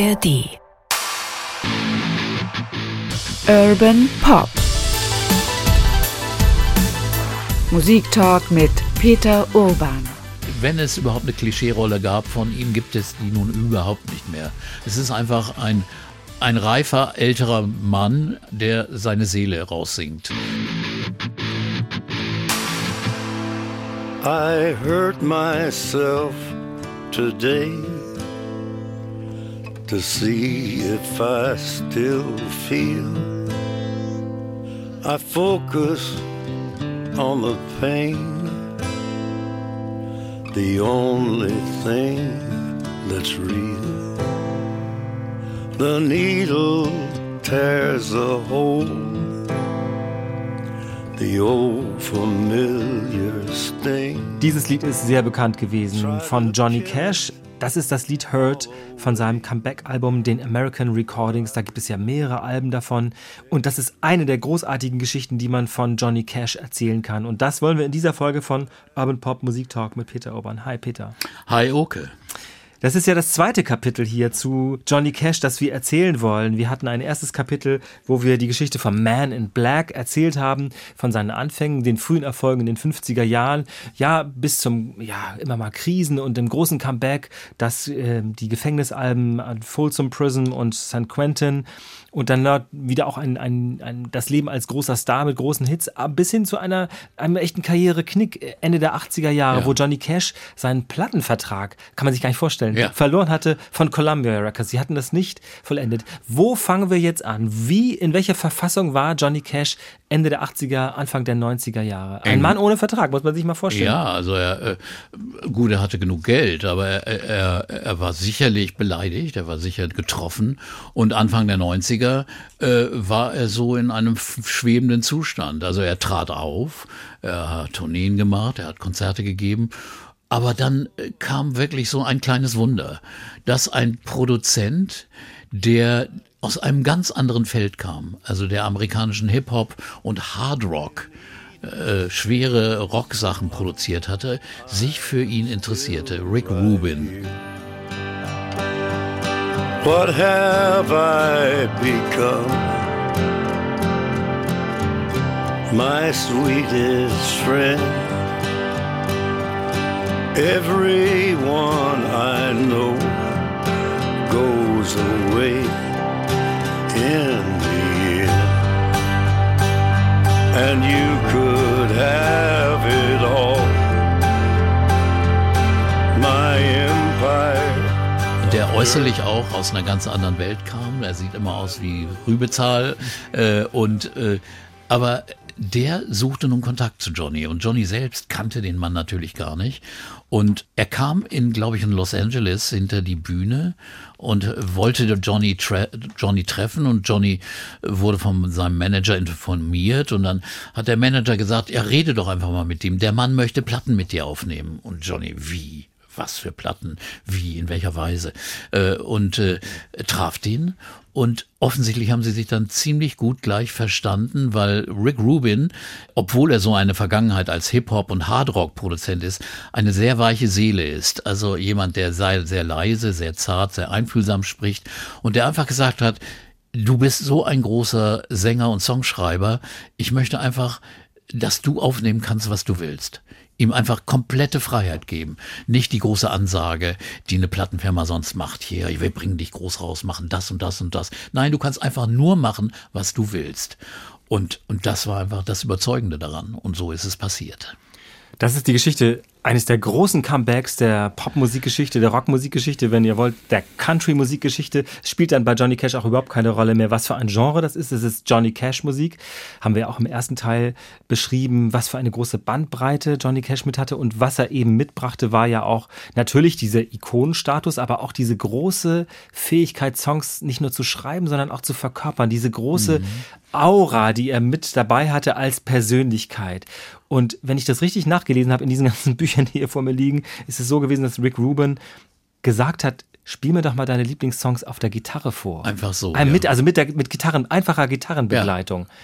ARD. Urban Pop. Musiktalk mit Peter Urban. Wenn es überhaupt eine Klischeerolle gab von ihm, gibt es die nun überhaupt nicht mehr. Es ist einfach ein reifer, älterer Mann, der seine Seele raussingt. I hurt myself today to see if I still feel. I focus on the pain, the only thing that's real. The needle tears a hole, the old familiar sting. Dieses Lied ist sehr bekannt gewesen von Johnny Cash. Das ist das Lied Hurt von seinem Comeback-Album, den American Recordings. Da gibt es ja mehrere Alben davon. Und das ist eine der großartigen Geschichten, die man von Johnny Cash erzählen kann. Und das wollen wir in dieser Folge von Urban Pop Musik Talk mit Peter Urban. Hi Peter. Hi Oke. Das ist ja das zweite Kapitel hier zu Johnny Cash, das wir erzählen wollen. Wir hatten ein erstes Kapitel, wo wir die Geschichte von Man in Black erzählt haben, von seinen Anfängen, den frühen Erfolgen in den 50er Jahren, ja, bis zum, ja, immer mal Krisen und dem großen Comeback, dass die Gefängnisalben Folsom Prison und St. Quentin und dann wieder auch das Leben als großer Star mit großen Hits, bis hin zu einem echten Karriereknick Ende der 80er Jahre, ja, wo Johnny Cash seinen Plattenvertrag, kann man sich gar nicht vorstellen, verloren hatte von Columbia Records. Sie hatten das nicht vollendet. Wo fangen wir jetzt an? In welcher Verfassung war Johnny Cash Ende der 80er, Anfang der 90er Jahre? Ein Mann ohne Vertrag, muss man sich mal vorstellen. Ja, also er hatte genug Geld, aber er war sicherlich beleidigt, er war sicher getroffen und Anfang der 90er war er so in einem schwebenden Zustand. Also er trat auf, er hat Tourneen gemacht, er hat Konzerte gegeben. Aber dann kam wirklich so ein kleines Wunder, dass ein Produzent, der aus einem ganz anderen Feld kam, also der amerikanischen Hip-Hop und Hard-Rock, schwere Rocksachen produziert hatte, sich für ihn interessierte. Rick Rubin. What have I become? My sweetest friend. Everyone I know goes away in the end, and you could have it all, my empire. Der äußerlich auch aus einer ganz anderen Welt kam. Er sieht immer aus wie Rübezahl aber der suchte nun Kontakt zu Johnny und Johnny selbst kannte den Mann natürlich gar nicht und er kam in Los Angeles hinter die Bühne und wollte Johnny treffen und Johnny wurde von seinem Manager informiert und dann hat der Manager gesagt, ja, rede doch einfach mal mit ihm, der Mann möchte Platten mit dir aufnehmen und Johnny, wie? Was für Platten? Wie? In welcher Weise? Traf den und offensichtlich haben sie sich dann ziemlich gut gleich verstanden, weil Rick Rubin, obwohl er so eine Vergangenheit als Hip-Hop- und Hardrock-Produzent ist, eine sehr weiche Seele ist. Also jemand, der sehr leise, sehr zart, sehr einfühlsam spricht und der einfach gesagt hat, du bist so ein großer Sänger und Songschreiber, ich möchte einfach, dass du aufnehmen kannst, was du willst. Ihm einfach komplette Freiheit geben. Nicht die große Ansage, die eine Plattenfirma sonst macht. Hier, wir bringen dich groß raus, machen das und das und das. Nein, du kannst einfach nur machen, was du willst. Und das war einfach das Überzeugende daran. Und so ist es passiert. Das ist die Geschichte eines der großen Comebacks der Popmusikgeschichte, der Rockmusikgeschichte, wenn ihr wollt, der Country-Musikgeschichte. Es spielt dann bei Johnny Cash auch überhaupt keine Rolle mehr, was für ein Genre das ist. Es ist Johnny Cash-Musik. Haben wir auch im ersten Teil beschrieben, was für eine große Bandbreite Johnny Cash mit hatte. Und was er eben mitbrachte, war ja auch natürlich dieser Ikonenstatus, aber auch diese große Fähigkeit, Songs nicht nur zu schreiben, sondern auch zu verkörpern. Diese große Aura, die er mit dabei hatte als Persönlichkeit. Und wenn ich das richtig nachgelesen habe in diesen ganzen Büchern, die hier vor mir liegen, ist es so gewesen, dass Rick Rubin gesagt hat, spiel mir doch mal deine Lieblingssongs auf der Gitarre vor. Einfach so. Mit Gitarren, einfacher Gitarrenbegleitung.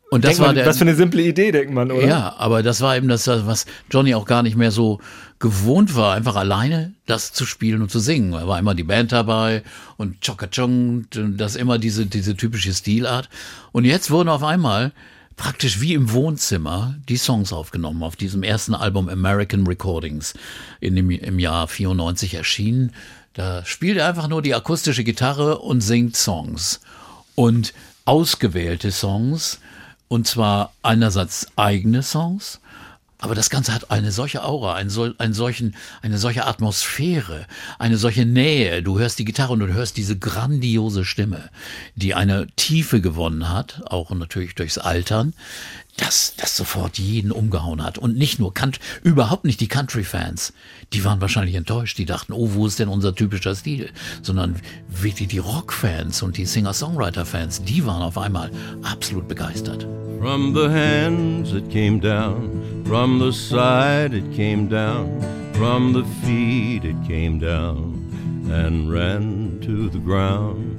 Und das war was für eine simple Idee, denkt man, oder? Ja, aber das war eben das, was Johnny auch gar nicht mehr so gewohnt war, einfach alleine das zu spielen und zu singen. Da war immer die Band dabei und Chokachong, das immer diese typische Stilart. Und jetzt wurden auf einmal praktisch wie im Wohnzimmer die Songs aufgenommen auf diesem ersten Album American Recordings im Jahr 94 erschienen. Da spielt er einfach nur die akustische Gitarre und singt Songs. Und ausgewählte Songs, und zwar einerseits eigene Songs, aber das Ganze hat eine solche Aura, eine solche Atmosphäre, eine solche Nähe. Du hörst die Gitarre und du hörst diese grandiose Stimme, die eine Tiefe gewonnen hat, auch natürlich durchs Altern, dass das sofort jeden umgehauen hat. Und nicht nur, überhaupt nicht die Country-Fans. Die waren wahrscheinlich enttäuscht. Die dachten, oh, wo ist denn unser typischer Stil? Sondern wirklich die Rock-Fans und die Singer-Songwriter-Fans, die waren auf einmal absolut begeistert. From the hands it came down, from the side it came down, from the feet it came down and ran to the ground.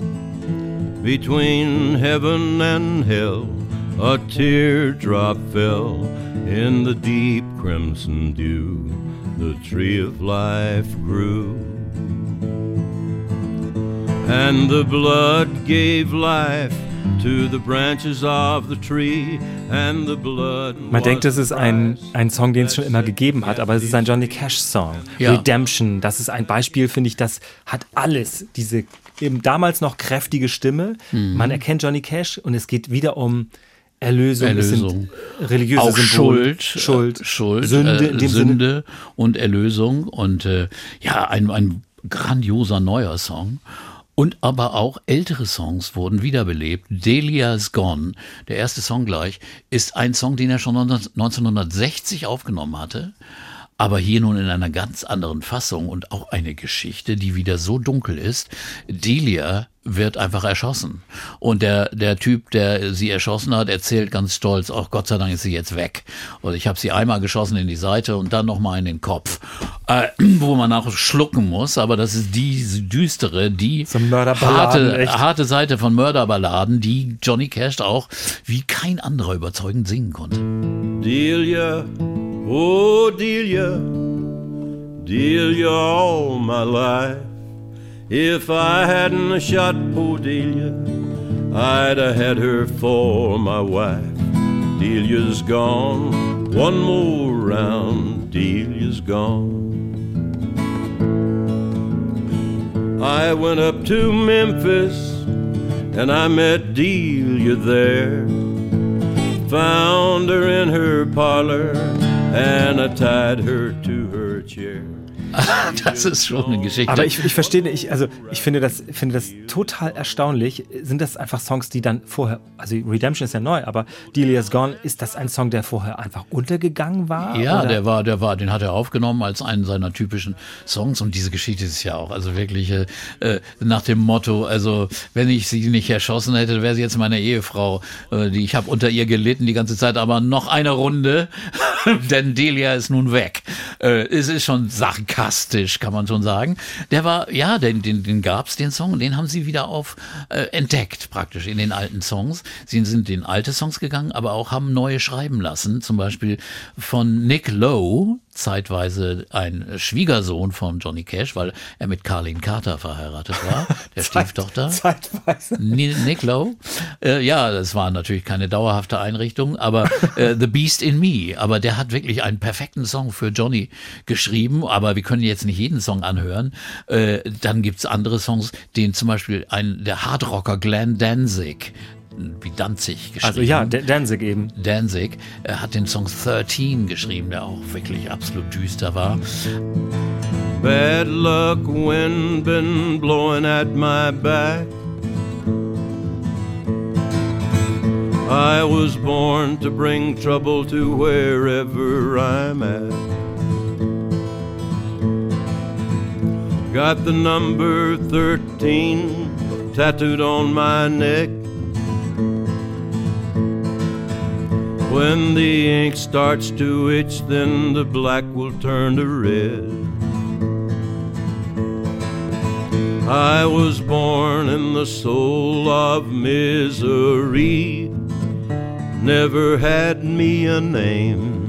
Between heaven and hell a teardrop fell in the deep crimson dew, the tree of life grew. And the blood gave life to the branches of the tree, and the blood. Man denkt, es ist ein Song, den es schon immer gegeben hat, aber es ist ein Johnny Cash-Song. Ja. Redemption, das ist ein Beispiel, finde ich, das hat alles. Diese eben damals noch kräftige Stimme. Man erkennt Johnny Cash und es geht wieder um Erlösung. Es sind religiöse auch Symbole. Schuld, Sünde und Erlösung und ein grandioser neuer Song. Und aber auch ältere Songs wurden wiederbelebt. Delia's Gone, der erste Song gleich, ist ein Song, den er schon 1960 aufgenommen hatte. Aber hier nun in einer ganz anderen Fassung und auch eine Geschichte, die wieder so dunkel ist. Delia wird einfach erschossen. Und der Typ, der sie erschossen hat, erzählt ganz stolz, ach Gott sei Dank ist sie jetzt weg. Und ich habe sie einmal geschossen in die Seite und dann nochmal in den Kopf. Wo man auch schlucken muss, aber das ist diese düstere, die harte Seite von Mörderballaden, die Johnny Cash auch wie kein anderer überzeugend singen konnte. Delia, oh Delia, Delia all my life. If I hadn't shot poor Delia, I'd have had her for my wife. Delia's gone, one more round, Delia's gone. I went up to Memphis and I met Delia there. Found her in her parlor and I tied her to her chair. Das ist schon eine Geschichte. Aber ich verstehe nicht, also ich finde das total erstaunlich. Sind das einfach Songs, die dann vorher, also Redemption ist ja neu, aber Delia's Gone, ist das ein Song, der vorher einfach untergegangen war? Ja, oder? Den hat er aufgenommen als einen seiner typischen Songs und diese Geschichte ist ja auch, also wirklich nach dem Motto, also wenn ich sie nicht erschossen hätte, wäre sie jetzt meine Ehefrau. Ich habe unter ihr gelitten die ganze Zeit, aber noch eine Runde, denn Delia ist nun weg. Es ist schon sarkastisch, kann man schon sagen. Der war, ja, den gab's, den Song, und den haben sie wieder entdeckt praktisch in den alten Songs. Sie sind in alte Songs gegangen, aber auch haben neue schreiben lassen, zum Beispiel von Nick Lowe, zeitweise ein Schwiegersohn von Johnny Cash, weil er mit Carlene Carter verheiratet war, der Stieftochter. Zeitweise. Nick Lowe. Ja, das war natürlich keine dauerhafte Einrichtung, aber The Beast in Me. Aber der hat wirklich einen perfekten Song für Johnny geschrieben, aber wir können jetzt nicht jeden Song anhören. Dann gibt's andere Songs, den zum Beispiel der Hardrocker Glenn Danzig, wie Danzig geschrieben. Also ja, Danzig eben. Danzig hat den Song 13 geschrieben, der auch wirklich absolut düster war. Bad luck, wind been blowing at my back. I was born to bring trouble to wherever I'm at. Got the number 13 tattooed on my neck. When the ink starts to itch, then the black will turn to red. I was born in the soul of misery, never had me a name.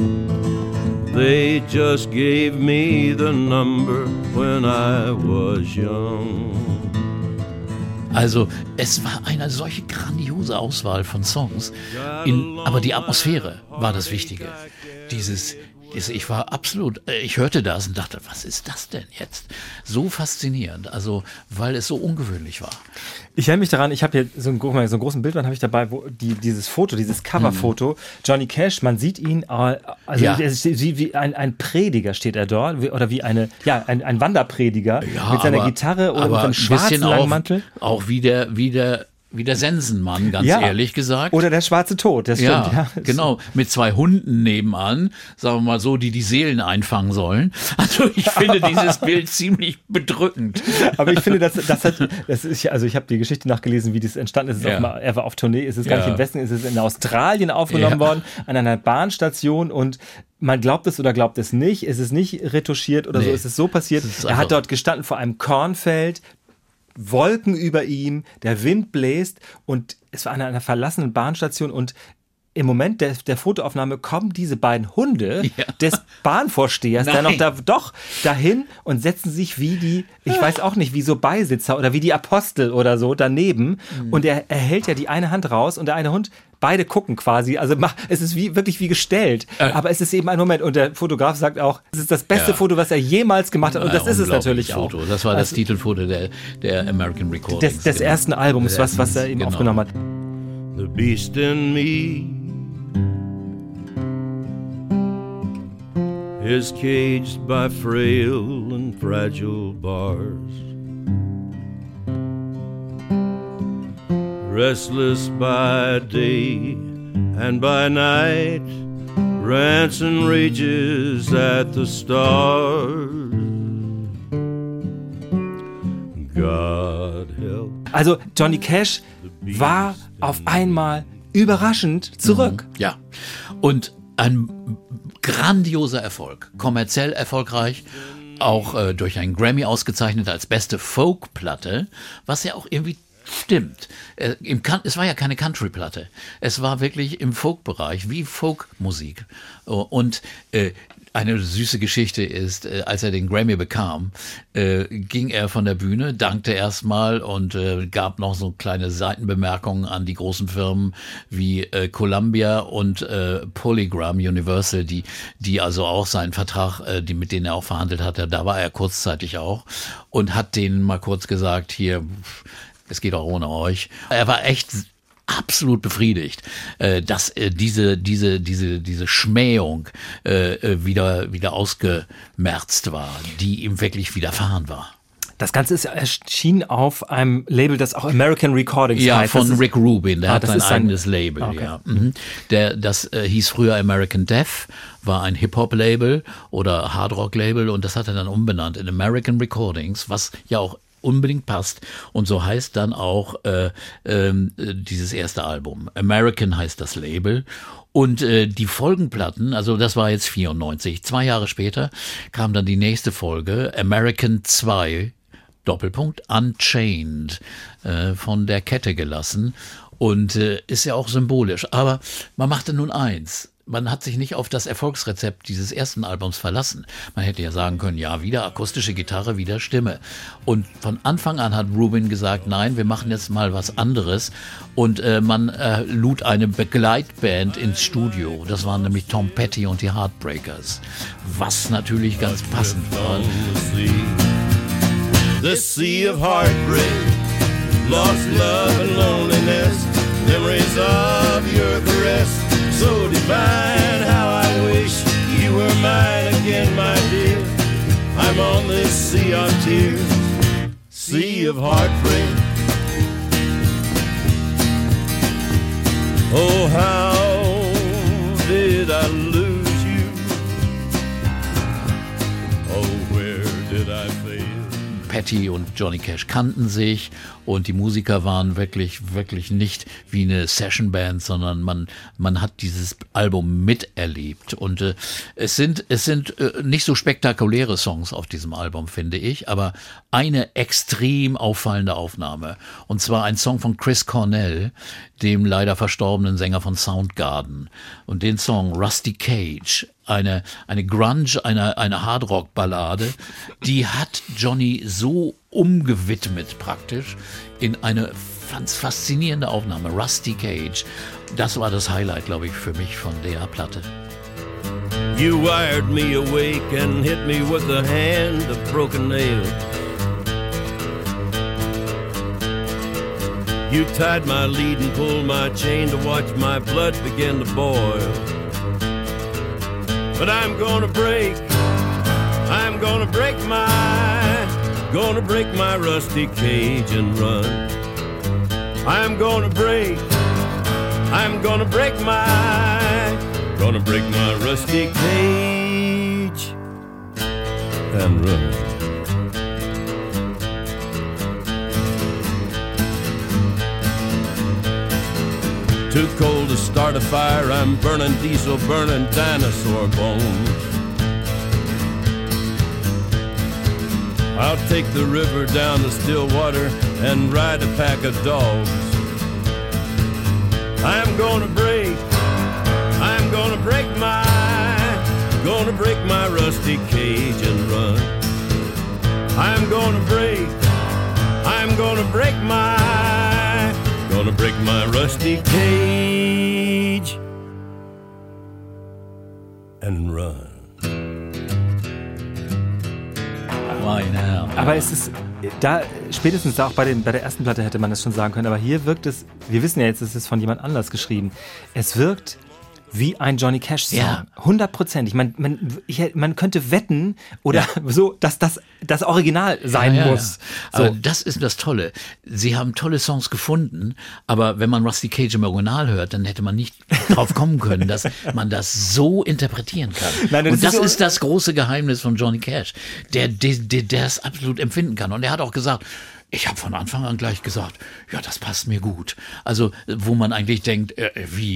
They just gave me the number when I was young. Also es war eine solche grandiose Auswahl von Songs, aber die Atmosphäre war das Wichtige. Ich war absolut, ich hörte das und dachte, was ist das denn jetzt? So faszinierend, also weil es so ungewöhnlich war. Ich erinnere mich daran, ich habe hier so einen großen Bildband habe ich dabei, wo dieses Foto, dieses Coverfoto, Johnny Cash, man sieht ihn, wie ein Prediger steht er dort, oder wie ein Wanderprediger mit seiner Gitarre oder mit einem schwarzen Langmantel. Auch wie der Sensenmann, ganz ehrlich gesagt. Oder der schwarze Tod, das stimmt. Ja, genau, mit 2 Hunden nebenan, sagen wir mal so, die Seelen einfangen sollen. Also ich finde dieses Bild ziemlich bedrückend. Aber ich finde, ich habe die Geschichte nachgelesen, wie das entstanden ist. Er war auf Tournee, es ist gar nicht im Westen, es ist in Australien aufgenommen worden, an einer Bahnstation, und man glaubt es oder glaubt es nicht, es ist nicht retuschiert oder so, es ist so passiert. Er hat dort gestanden vor einem Kornfeld, Wolken über ihm, der Wind bläst, und es war an einer verlassenen Bahnstation, und im Moment der Fotoaufnahme kommen diese beiden Hunde des Bahnvorstehers dann noch dahin und setzen sich wie ich weiß auch nicht, wie so Beisitzer oder wie die Apostel oder so daneben, und er hält ja die eine Hand raus und der eine Hund, beide gucken quasi, also es ist wirklich wie gestellt, aber es ist eben ein Moment, und der Fotograf sagt auch, es ist das beste Foto, was er jemals gemacht hat, und das ist es natürlich auch. Das war das Titelfoto der American Recordings. Des ersten Albums, was er eben aufgenommen hat. The beast in me is caged by frail and fragile bars, restless by day and by night, rants and rages at the stars. God help. Also Johnny Cash war auf einmal überraschend zurück. Ja, und ein grandioser Erfolg, kommerziell erfolgreich, auch durch einen Grammy ausgezeichnet als beste Folkplatte, was ja auch irgendwie stimmt. Es war ja keine Country-Platte, es war wirklich im Folk-Bereich, wie Folkmusik. Und eine süße Geschichte ist, als er den Grammy bekam, ging er von der Bühne, dankte erstmal und gab noch so kleine Seitenbemerkungen an die großen Firmen wie Columbia und Polygram Universal, die also auch seinen Vertrag, mit denen er auch verhandelt hatte, da war er kurzzeitig auch, und hat denen mal kurz gesagt, hier, es geht auch ohne euch. Er war echt absolut befriedigt, dass diese Schmähung wieder ausgemerzt war, die ihm wirklich widerfahren war. Das Ganze erschien auf einem Label, das auch American Recordings heißt. Ja, von Rick Rubin, der hat sein eigenes Label. Okay. Ja. Das hieß früher American Death, war ein Hip-Hop-Label oder Hard-Rock-Label, und das hat er dann umbenannt in American Recordings, was ja auch unbedingt passt, und so heißt dann auch dieses erste Album. American heißt das Label, und die Folgenplatten, also das war jetzt 94, 2 Jahre später kam dann die nächste Folge, American 2, Doppelpunkt, Unchained, von der Kette gelassen, und ist ja auch symbolisch, aber man machte nun eins. Man hat sich nicht auf das Erfolgsrezept dieses ersten Albums verlassen. Man hätte ja sagen können, ja, wieder akustische Gitarre, wieder Stimme. Und von Anfang an hat Rubin gesagt, nein, wir machen jetzt mal was anderes. Und man lud eine Begleitband ins Studio. Das waren nämlich Tom Petty und die Heartbreakers. Was natürlich ganz passend war. The sea of heartbreak, lost love and loneliness, memories of your caress. So divine, how I wish you were mine again, my dear. I'm on this sea of tears, sea of heartbreak. Oh, how did I lose you? Oh, where did I fail? Patty und Johnny Cash kannten sich und die Musiker waren wirklich nicht wie eine Sessionband, sondern man hat dieses Album miterlebt. Und es sind nicht so spektakuläre Songs auf diesem Album, finde ich, aber eine extrem auffallende Aufnahme. Und zwar ein Song von Chris Cornell, dem leider verstorbenen Sänger von Soundgarden. Und den Song Rusty Cage, eine Grunge, eine Hardrock-Ballade, die hat Johnny so umgewidmet praktisch in eine faszinierende Aufnahme. Rusty Cage, das war das Highlight, glaube ich, für mich von der Platte. You wired me awake and hit me with a hand of broken nails. You tied my lead and pulled my chain to watch my blood begin to boil. But I'm gonna break my rusty cage and run. I'm gonna break my rusty cage and run. Too cold to start a fire, I'm burning diesel, burning dinosaur bones. I'll take the river down to Stillwater and ride a pack of dogs. I'm gonna break my rusty cage and run. I'm gonna break my rusty cage and run. Why now? Aber es ist da, spätestens da auch bei der ersten Platte hätte man das schon sagen können, aber hier wirkt es, wir wissen ja jetzt, es ist von jemand anders geschrieben, es wirkt wie ein Johnny Cash-Song. Ja. 100%. Man könnte wetten oder so, dass das Original sein muss. Ja. So. Aber das ist das Tolle. Sie haben tolle Songs gefunden, aber wenn man Rusty Cage im Original hört, dann hätte man nicht drauf kommen können, dass man das so interpretieren kann. Nein, und das ist das große Geheimnis von Johnny Cash, der das absolut empfinden kann. Und er hat auch gesagt, ich habe von Anfang an gleich gesagt, ja, das passt mir gut. Also, wo man eigentlich denkt, er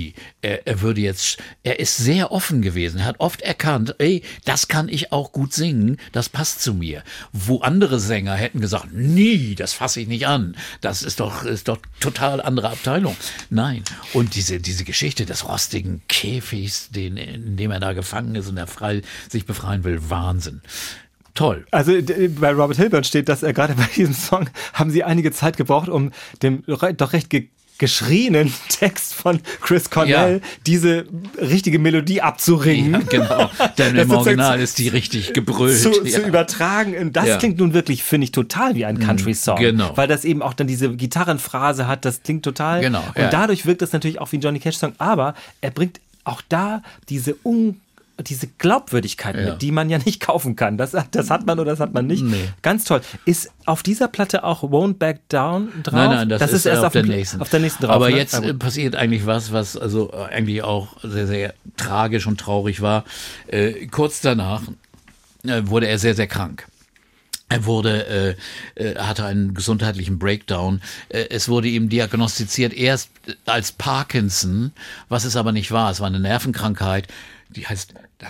ist sehr offen gewesen. Er hat oft erkannt, ey, das kann ich auch gut singen, das passt zu mir. Wo andere Sänger hätten gesagt, nie, das fasse ich nicht an. Das ist doch total andere Abteilung. Nein. Und diese Geschichte des rostigen Käfigs, in dem er da gefangen ist und er sich befreien will, Wahnsinn. Toll. Also bei Robert Hilburn steht, dass er gerade bei diesem Song haben sie einige Zeit gebraucht, um dem doch recht geschrienen Text von Chris Cornell diese richtige Melodie abzuringen. Ja, genau. Denn im Original ist die richtig gebrüllt. Zu übertragen. Und das klingt nun wirklich, finde ich, total wie ein Country-Song. Genau. Weil das eben auch dann diese Gitarrenphrase hat, das klingt total. Genau. Und dadurch wirkt das natürlich auch wie ein Johnny Cash-Song. Aber er bringt auch da diese Glaubwürdigkeit mit, die man ja nicht kaufen kann. Das hat man oder das hat man nicht. Nee. Ganz toll. Ist auf dieser Platte auch Won't Back Down drauf? Nein, das ist erst auf der nächsten drauf. Aber jetzt passiert eigentlich was also eigentlich auch sehr, sehr tragisch und traurig war. Kurz danach wurde er sehr, sehr krank. Er hatte einen gesundheitlichen Breakdown. Es wurde ihm diagnostiziert erst als Parkinson, was es aber nicht war. Es war eine Nervenkrankheit, die heißt das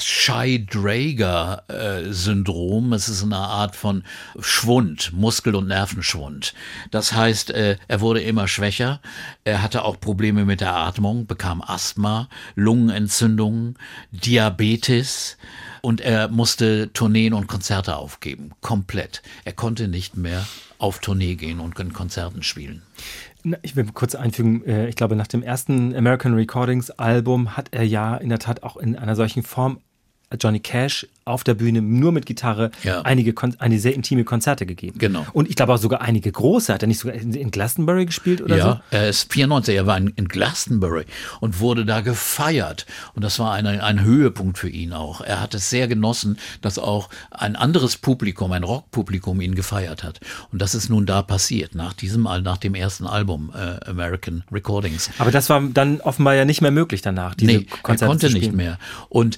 Scheidegger-Syndrom. Es ist eine Art von Schwund, Muskel- und Nervenschwund. Das heißt, er wurde immer schwächer. Er hatte auch Probleme mit der Atmung, bekam Asthma, Lungenentzündungen, Diabetes. Und er musste Tourneen und Konzerte aufgeben, komplett. Er konnte nicht mehr auf Tournee gehen und in Konzerten spielen. Ich will kurz einfügen, ich glaube, nach dem ersten American Recordings Album hat er ja in der Tat auch in einer solchen Form Johnny Cash auf der Bühne nur mit Gitarre eine sehr intime Konzerte gegeben. Genau. Und ich glaube auch sogar einige große. Hat er nicht sogar in Glastonbury gespielt oder so? Ja, er ist 94, er war in Glastonbury und wurde da gefeiert. Und das war ein Höhepunkt für ihn auch. Er hat es sehr genossen, dass auch ein anderes Publikum, ein Rockpublikum ihn gefeiert hat. Und das ist nun da passiert, nach dem ersten Album American Recordings. Aber das war dann offenbar ja nicht mehr möglich danach, diese Konzerte er konnte zu spielen. nicht mehr. Und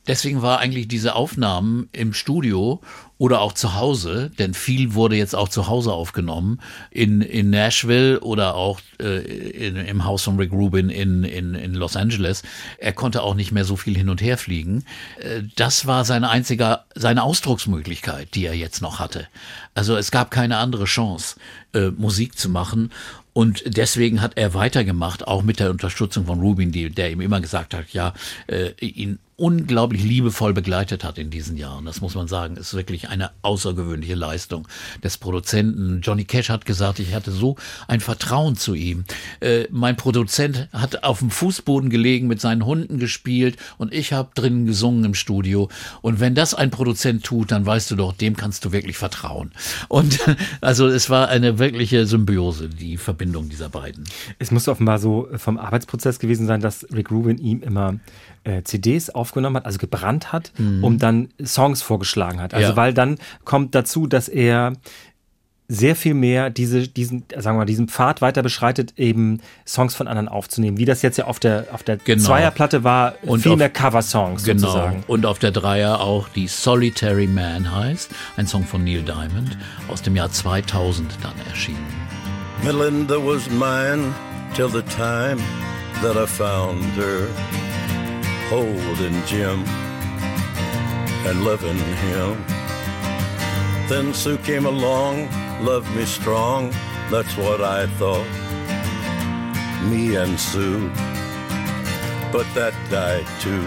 deswegen war eigentlich diese Aufnahmen im Studio oder auch zu Hause, denn viel wurde jetzt auch zu Hause aufgenommen, in Nashville oder auch im Haus von Rick Rubin in Los Angeles. Er konnte auch nicht mehr so viel hin und her fliegen. Das war seine Ausdrucksmöglichkeit, die er jetzt noch hatte. Also es gab keine andere Chance, Musik zu machen. Und deswegen hat er weitergemacht, auch mit der Unterstützung von Rubin, der ihm immer gesagt hat, ihn unglaublich liebevoll begleitet hat in diesen Jahren. Das muss man sagen, ist wirklich eine außergewöhnliche Leistung des Produzenten. Johnny Cash hat gesagt, ich hatte so ein Vertrauen zu ihm. Mein Produzent hat auf dem Fußboden gelegen, mit seinen Hunden gespielt und ich habe drinnen gesungen im Studio. Und wenn das ein Produzent tut, dann weißt du doch, dem kannst du wirklich vertrauen. Und also es war eine wirkliche Symbiose, die Verbindung dieser beiden. Es muss offenbar so vom Arbeitsprozess gewesen sein, dass Rick Rubin ihm immer CDs aufgenommen hat, also gebrannt hat, um dann Songs vorgeschlagen hat. Also weil dann kommt dazu, dass er sehr viel mehr diesen Pfad weiter beschreitet, eben Songs von anderen aufzunehmen. Wie das jetzt ja auf der Zweierplatte war, und viel mehr Cover-Songs sozusagen. Und auf der Dreier auch die Solitary Man heißt, ein Song von Neil Diamond, aus dem Jahr 2000 dann erschienen. Melinda was mine till the time that I found her, holding Jim and loving him. Then Sue came along, loved me strong, that's what I thought, me and Sue, but that died too.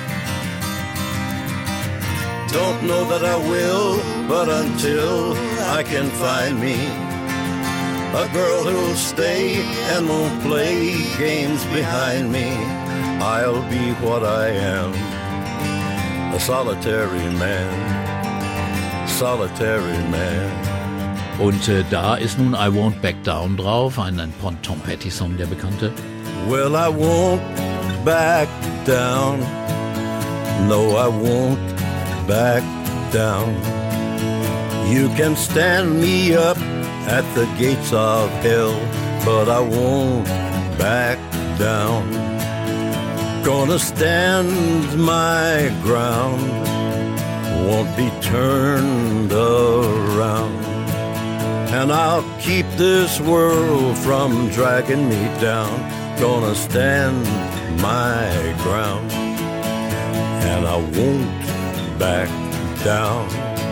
Don't know that I will, but until I can find me a girl who'll stay and won't play games behind me, I'll be what I am, a solitary man, solitary man. Und da ist nun I Won't Back Down drauf, ein Tom Petty-Song, der bekannte. Well, I won't back down, no, I won't back down. You can stand me up at the gates of hell, but I won't back down. Gonna stand my ground, won't be turned around. And I'll keep this world from dragging me down. Gonna stand my ground, and I won't back down.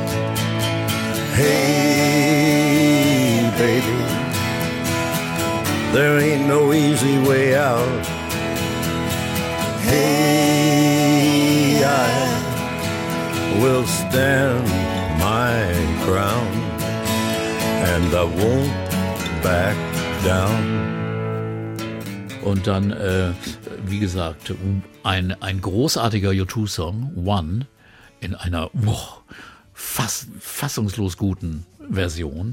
Hey, baby, there ain't no easy way out. Hey, I will stand my ground, and I won't back down. Und dann, wie gesagt, ein großartiger U2-Song, One, in einer fassungslos guten Version.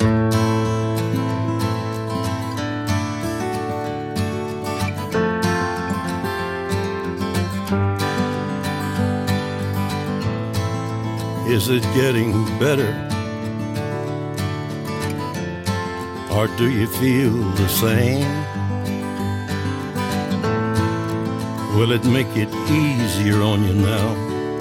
Is it getting better? Or do you feel the same? Will it make it easier on you now?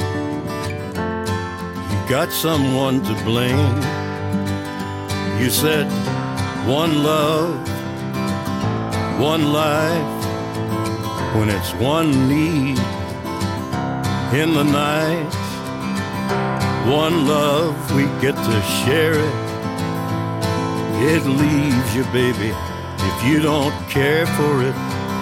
You got someone to blame. You said one love, one life, when it's one need in the night. One love, we get to share it. It leaves you, baby, if you don't care for it.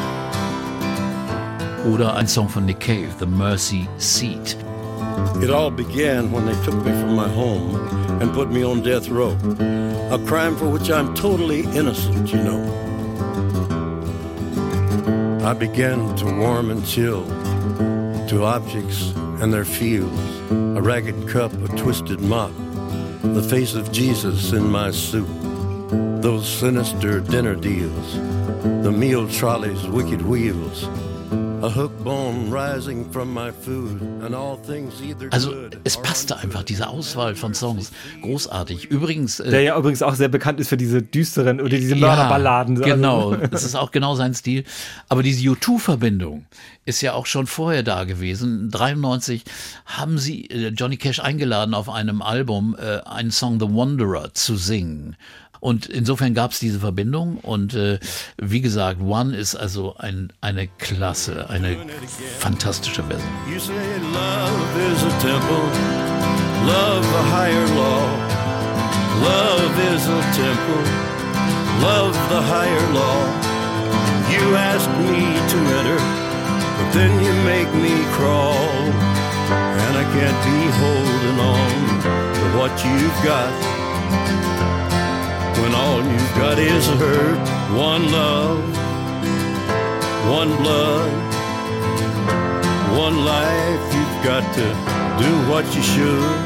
Oder ein Song von Nick Cave, The Mercy Seat. It all began when they took me from my home and put me on death row. A crime for which I'm totally innocent, you know. I began to warm and chill to objects and their feels. A ragged cup, a twisted mop, the face of Jesus in my soup. Those sinister dinner deals, the meal trolley's wicked wheels, Also es passte einfach, diese Auswahl von Songs, großartig. Übrigens... der ja übrigens auch sehr bekannt ist für diese düsteren oder diese Mörderballaden. Ja, genau, das ist auch genau sein Stil. Aber diese U2-Verbindung ist ja auch schon vorher da gewesen. 1993 haben sie Johnny Cash eingeladen, auf einem Album einen Song The Wanderer zu singen. Und insofern gab es diese Verbindung und wie gesagt, One ist also eine klasse, eine fantastische Version. You say love is a temple, love the higher law. Love is a temple, love the higher law. You ask me to enter, but then you make me crawl. And I can't be holding on to what you've got, when all you've got is hurt. One love, one blood, one life. You've got to do what you should.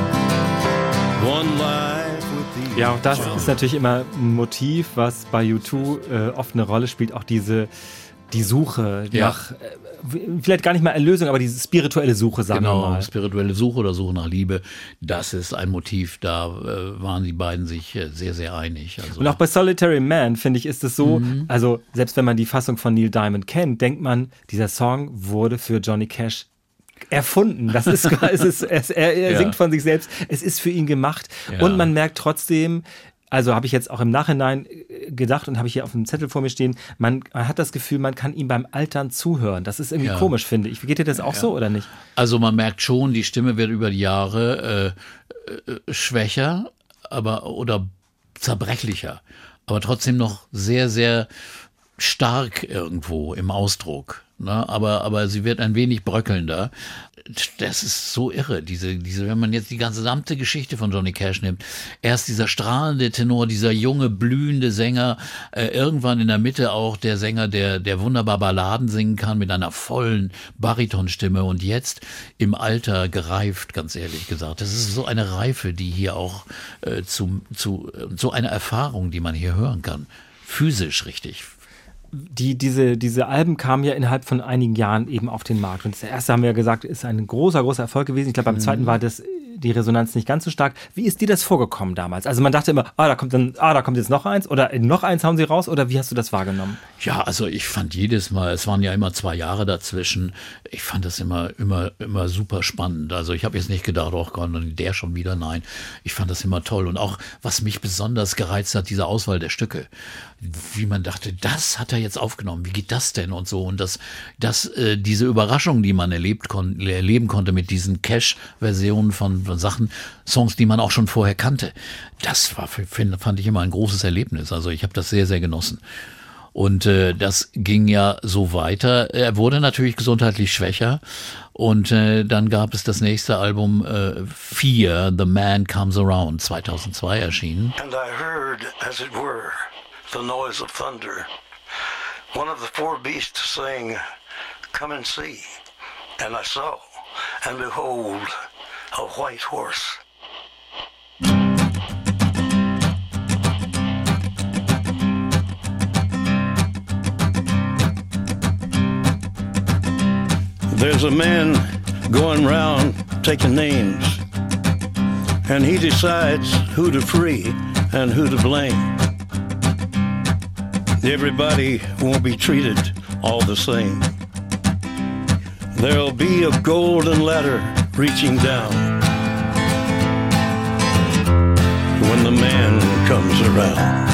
One life with the... Ja, auch das ist natürlich immer ein Motiv, was bei U2 oft eine Rolle spielt, auch die Suche nach, vielleicht gar nicht mal Erlösung, aber diese spirituelle Suche, sagen wir mal. Genau, spirituelle Suche oder Suche nach Liebe, das ist ein Motiv, da waren die beiden sich sehr, sehr einig. Also. Und auch bei Solitary Man, finde ich, ist es so, also selbst wenn man die Fassung von Neil Diamond kennt, denkt man, dieser Song wurde für Johnny Cash erfunden. Das ist, er singt von sich selbst, es ist für ihn gemacht und man merkt trotzdem, also habe ich jetzt auch im Nachhinein gedacht und habe ich hier auf dem Zettel vor mir stehen, man hat das Gefühl, man kann ihm beim Altern zuhören. Das ist irgendwie komisch, finde ich. Geht dir das auch so oder nicht? Also man merkt schon, die Stimme wird über die Jahre schwächer, oder zerbrechlicher, aber trotzdem noch sehr, sehr stark irgendwo im Ausdruck. Ne? Aber sie wird ein wenig bröckelnder. Das ist so irre, diese, wenn man jetzt die gesamte Geschichte von Johnny Cash nimmt, erst dieser strahlende Tenor, dieser junge, blühende Sänger, irgendwann in der Mitte auch der Sänger, der wunderbar Balladen singen kann mit einer vollen Baritonstimme und jetzt im Alter gereift, ganz ehrlich gesagt. Das ist so eine Reife, die hier auch so eine Erfahrung, die man hier hören kann. Physisch richtig. Diese Alben kamen ja innerhalb von einigen Jahren eben auf den Markt. Und das erste, haben wir ja gesagt, ist ein großer Erfolg gewesen. Ich glaube, beim zweiten war die Resonanz nicht ganz so stark. Wie ist dir das vorgekommen damals? Also man dachte immer, da kommt jetzt noch eins oder noch eins hauen sie raus, oder wie hast du das wahrgenommen? Ja, also ich fand jedes Mal, es waren ja immer 2 Jahre dazwischen, ich fand das immer super spannend. Also ich habe jetzt nicht gedacht, oh Gott, der schon wieder, nein. Ich fand das immer toll. Und auch, was mich besonders gereizt hat, diese Auswahl der Stücke. Wie man dachte, das hat er jetzt aufgenommen, wie geht das denn und so. Und diese Überraschung, die man erleben konnte mit diesen Cash-Versionen von Sachen, Songs, die man auch schon vorher kannte, das fand ich immer ein großes Erlebnis. Also ich habe das sehr, sehr genossen. Und das ging ja so weiter. Er wurde natürlich gesundheitlich schwächer. Und dann gab es das nächste Album, Fear, The Man Comes Around, 2002 erschienen. And I heard, as it were, the noise of thunder. One of the 4 beasts saying, "Come and see." And I saw, and behold, a white horse. There's a man going round taking names, and he decides who to free and who to blame. Everybody won't be treated all the same. There'll be a golden ladder reaching down when the man comes around.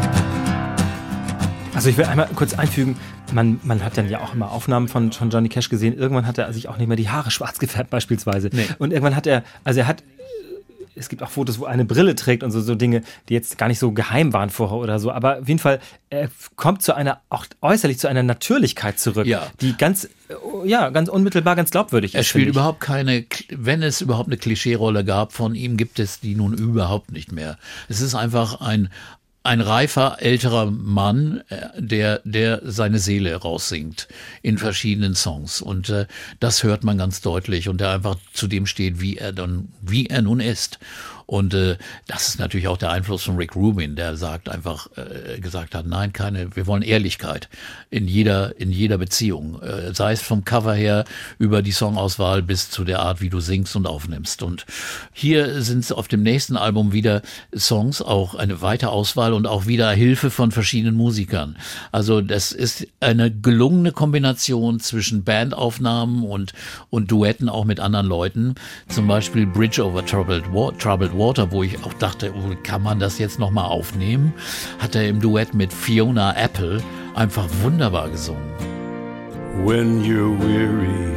Also ich will einmal kurz einfügen, man hat dann ja auch immer Aufnahmen von Johnny Cash gesehen. Irgendwann hat er sich auch nicht mehr die Haare schwarz gefärbt beispielsweise. Nee. Und irgendwann es gibt auch Fotos, wo er eine Brille trägt und so Dinge, die jetzt gar nicht so geheim waren vorher oder so. Aber auf jeden Fall, er kommt auch äußerlich zu einer Natürlichkeit zurück, die ganz unmittelbar, ganz glaubwürdig ist. Er spielt überhaupt keine, wenn es überhaupt eine Klischeerolle gab von ihm, gibt es die nun überhaupt nicht mehr. Es ist einfach ein reifer, älterer Mann, der seine Seele raussingt in verschiedenen Songs. Und das hört man ganz deutlich. Und der einfach zu dem steht, wie er nun ist. Und das ist natürlich auch der Einfluss von Rick Rubin, der gesagt hat, nein, wir wollen Ehrlichkeit in jeder Beziehung, sei es vom Cover her über die Songauswahl bis zu der Art, wie du singst und aufnimmst. Und hier sind es auf dem nächsten Album wieder Songs, auch eine weite Auswahl und auch wieder Hilfe von verschiedenen Musikern. Also das ist eine gelungene Kombination zwischen Bandaufnahmen und Duetten auch mit anderen Leuten. Zum Beispiel Bridge over Troubled Water, wo ich auch dachte, kann man das jetzt nochmal aufnehmen? Hat er im Duett mit Fiona Apple einfach wunderbar gesungen. When you're weary,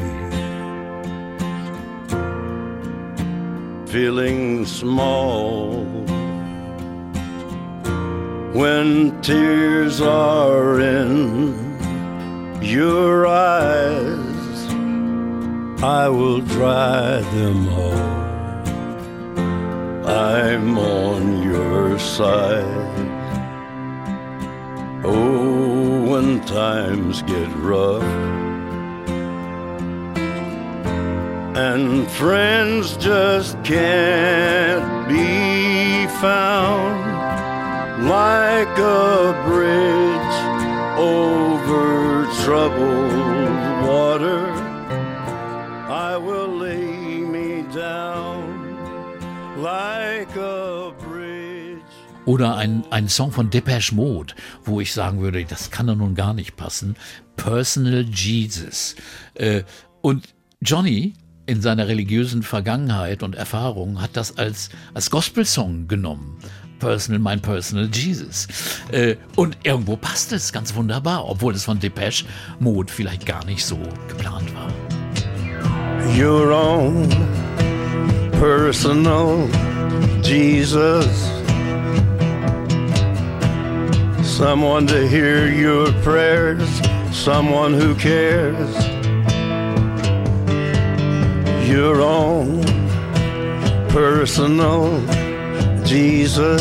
feeling small, when tears are in your eyes, I will dry them all. I'm on your side. Oh, when times get rough and friends just can't be found, like a bridge over troubled water, I will lay me down like a bridge. Oder ein Song von Depeche Mode, wo ich sagen würde, das kann doch nun gar nicht passen. Personal Jesus. Und Johnny in seiner religiösen Vergangenheit und Erfahrung hat das als Gospelsong genommen. Mein Personal Jesus. Und irgendwo passt es ganz wunderbar, obwohl es von Depeche Mode vielleicht gar nicht so geplant war. Your own personal Jesus, someone to hear your prayers, someone who cares. Your own personal Jesus,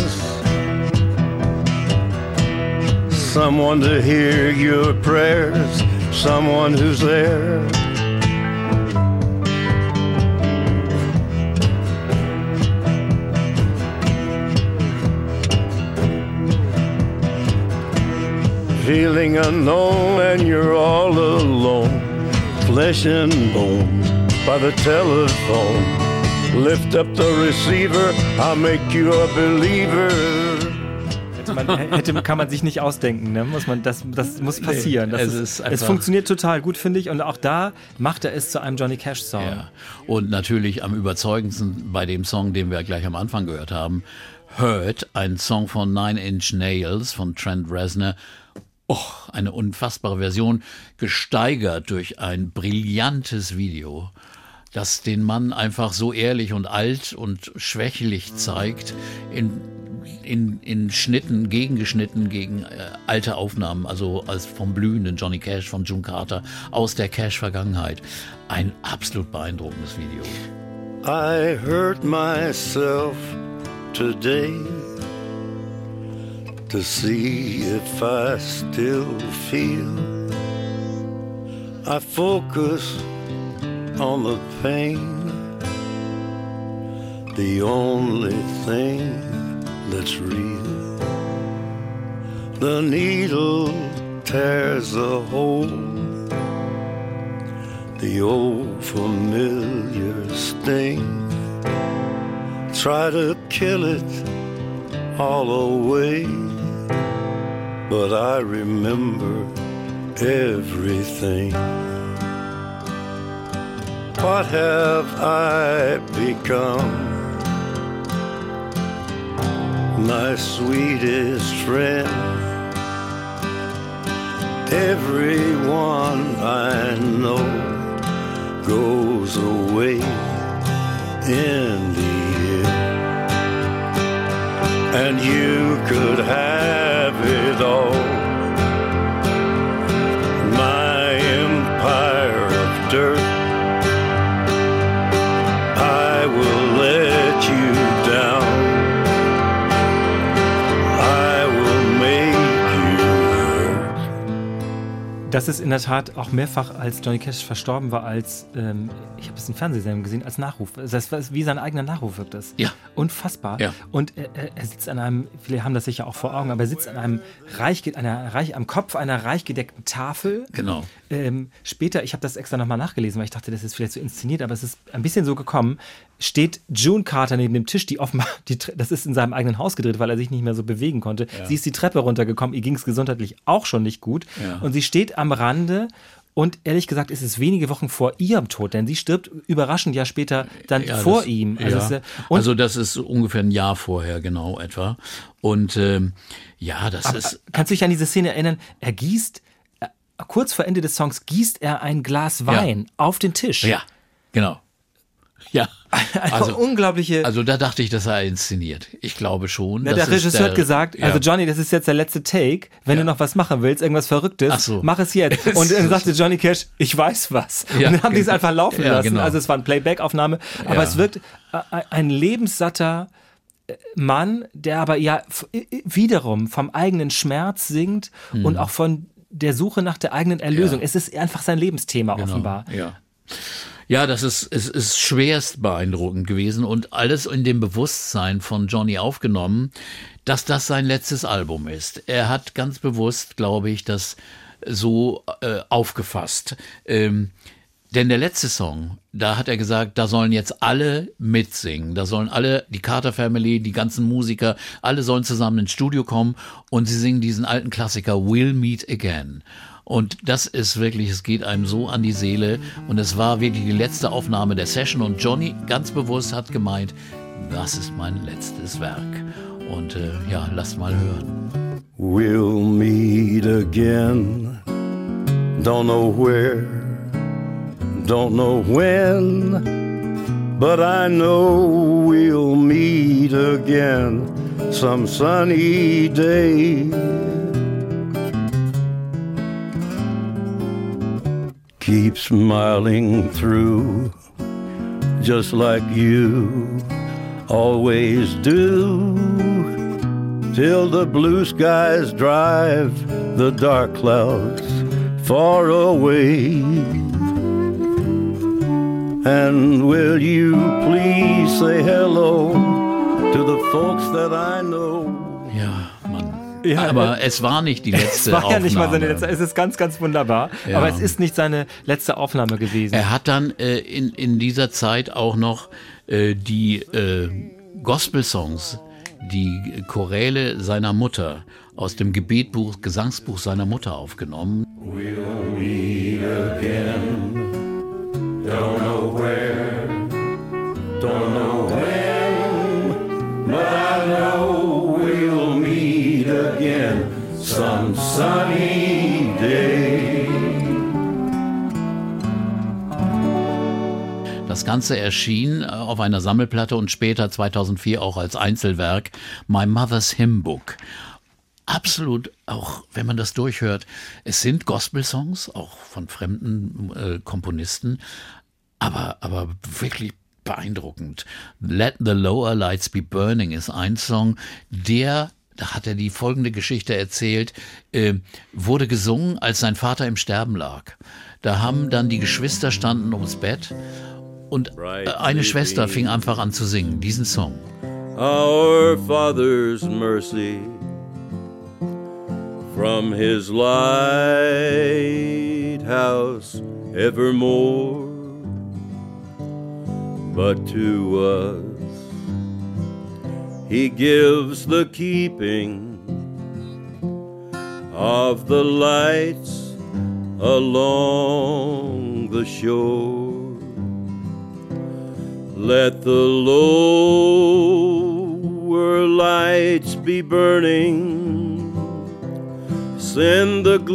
someone to hear your prayers, someone who's there. Feeling unknown and you're all alone, flesh and bone by the telephone. Lift up the receiver, I'll make you a believer. Kann man sich nicht ausdenken, ne? Das muss passieren. Es funktioniert total gut, finde ich. Und auch da macht er es zu einem Johnny Cash-Song. Ja. Und natürlich am überzeugendsten bei dem Song, den wir gleich am Anfang gehört haben, Hurt, ein Song von Nine Inch Nails von Trent Reznor. Eine unfassbare Version, gesteigert durch ein brillantes Video, das den Mann einfach so ehrlich und alt und schwächlich zeigt, in Schnitten, gegengeschnitten gegen alte Aufnahmen, also als vom blühenden Johnny Cash, von June Carter, aus der Cash-Vergangenheit. Ein absolut beeindruckendes Video. I hurt myself today to see if I still feel. I focus on the pain, the only thing that's real. The needle tears a hole, the old familiar sting. Try to kill it all away, but I remember everything. What have I become? My sweetest friend. Everyone I know goes away in the end. And you could have it all. My empire of dirt, I will let you down. I will make you hurt. Das ist in der Tat auch mehrfach, als Johnny Cash verstorben war, ich habe es in Fernsehsendungen gesehen, als Nachruf. Das heißt, wie sein eigener Nachruf wirkt das. Ja. Unfassbar. Ja. Und er sitzt an einem, viele haben das sicher auch vor Augen, aber er sitzt an einem am Kopf einer reich gedeckten Tafel. Genau. Später, ich habe das extra nochmal nachgelesen, weil ich dachte, das ist vielleicht so inszeniert, aber es ist ein bisschen so gekommen, steht June Carter neben dem Tisch, die offenbar, das ist in seinem eigenen Haus gedreht, weil er sich nicht mehr so bewegen konnte. Ja. Sie ist die Treppe runtergekommen, ihr ging es gesundheitlich auch schon nicht gut. Ja. Und sie steht am Rande und ehrlich gesagt ist es wenige Wochen vor ihrem Tod, denn sie stirbt überraschend ja später dann vor ihm. Also das ist ungefähr ein Jahr vorher, genau etwa. Und ist... Kannst du dich an diese Szene erinnern? Er gießt, kurz vor Ende des Songs, gießt er ein Glas Wein auf den Tisch. Ja, genau. Ja, also unglaubliche. Also da dachte ich, das sei inszeniert. Ich glaube schon. Der Regisseur hat gesagt, also Johnny, das ist jetzt der letzte Take. Wenn du noch was machen willst, irgendwas Verrücktes, mach es jetzt. Und dann sagte Johnny Cash, ich weiß was. Und dann haben die es einfach laufen lassen. Genau. Also es war eine Playback-Aufnahme. Aber es wirkt ein lebenssatter Mann, der aber wiederum vom eigenen Schmerz singt und auch von der Suche nach der eigenen Erlösung. Es ist einfach sein Lebensthema offenbar. Ja, es ist schwerst beeindruckend gewesen und alles in dem Bewusstsein von Johnny aufgenommen, dass das sein letztes Album ist. Er hat ganz bewusst, glaube ich, das so aufgefasst. Denn der letzte Song, da hat er gesagt, da sollen jetzt alle mitsingen. Da sollen alle, die Carter Family, die ganzen Musiker, alle sollen zusammen ins Studio kommen und sie singen diesen alten Klassiker We'll Meet Again. Und das ist wirklich, es geht einem so an die Seele. Und es war wirklich die letzte Aufnahme der Session. Und Johnny ganz bewusst hat gemeint, das ist mein letztes Werk. Und lasst mal hören. We'll meet again. Don't know where, don't know when, but I know we'll meet again some sunny day. Keep smiling through, just like you always do, till the blue skies drive the dark clouds far away. And will you please say hello to the folks that I know? Ja, Mann. Ja, aber es war nicht die letzte Aufnahme. Es war ja nicht mal seine letzte, es ist ganz, ganz wunderbar. Ja. Aber es ist nicht seine letzte Aufnahme gewesen. Er hat dann in dieser Zeit auch noch die Gospel-Songs, die Choräle seiner Mutter aus dem Gebetbuch, Gesangsbuch seiner Mutter aufgenommen. We'll meet again, don't know where, don't know when, but I know we'll meet again some sunny day. Das Ganze erschien auf einer Sammelplatte und später 2004 auch als Einzelwerk My Mother's Hymn Book. Absolut, auch wenn man das durchhört, es sind Gospel-Songs, auch von fremden Komponisten, aber wirklich beeindruckend. Let the Lower Lights Be Burning ist ein Song, da hat er die folgende Geschichte erzählt, wurde gesungen, als sein Vater im Sterben lag. Da haben dann die Geschwister standen ums Bett und eine Schwester fing einfach an zu singen, diesen Song. Our Father's mercy from his lighthouse evermore, but to us he gives the keeping of the lights along the shore. Let the lower lights be burning, send the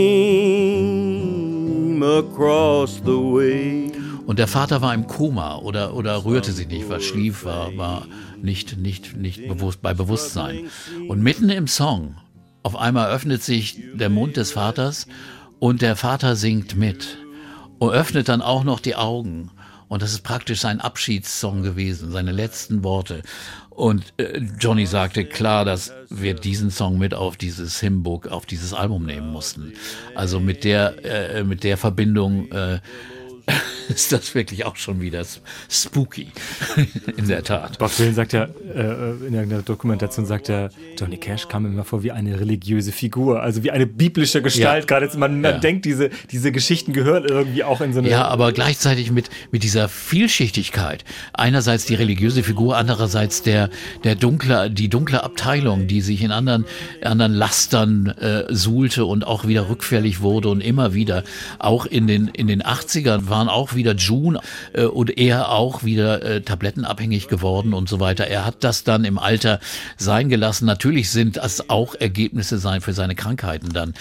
gleam across the way. Und der Vater war im Koma oder rührte sich nicht, schlief, war nicht bewusst, bei Bewusstsein. Und mitten im Song, auf einmal öffnet sich der Mund des Vaters und der Vater singt mit und öffnet dann auch noch die Augen. Und das ist praktisch sein Abschiedssong gewesen, seine letzten Worte. Und Johnny sagte, klar, dass wir diesen Song mit auf dieses Hymnbook, auf dieses Album nehmen mussten. Also mit der Verbindung ist das wirklich auch schon wieder spooky, in der Tat. Bob Dylan sagt ja, in irgendeiner Dokumentation sagt er, Johnny Cash kam mir immer vor wie eine religiöse Figur, also wie eine biblische Gestalt. Gerade jetzt, man denkt, diese Geschichten gehören irgendwie auch in so eine... Ja, aber gleichzeitig mit dieser Vielschichtigkeit. Einerseits die religiöse Figur, andererseits die dunkle Abteilung, die sich in anderen Lastern suhlte und auch wieder rückfällig wurde und immer wieder, auch in den 80ern waren auch wieder June und er auch wieder tablettenabhängig geworden und so weiter. Er hat das dann im Alter sein gelassen. Natürlich sind das auch Ergebnisse für seine Krankheiten dann.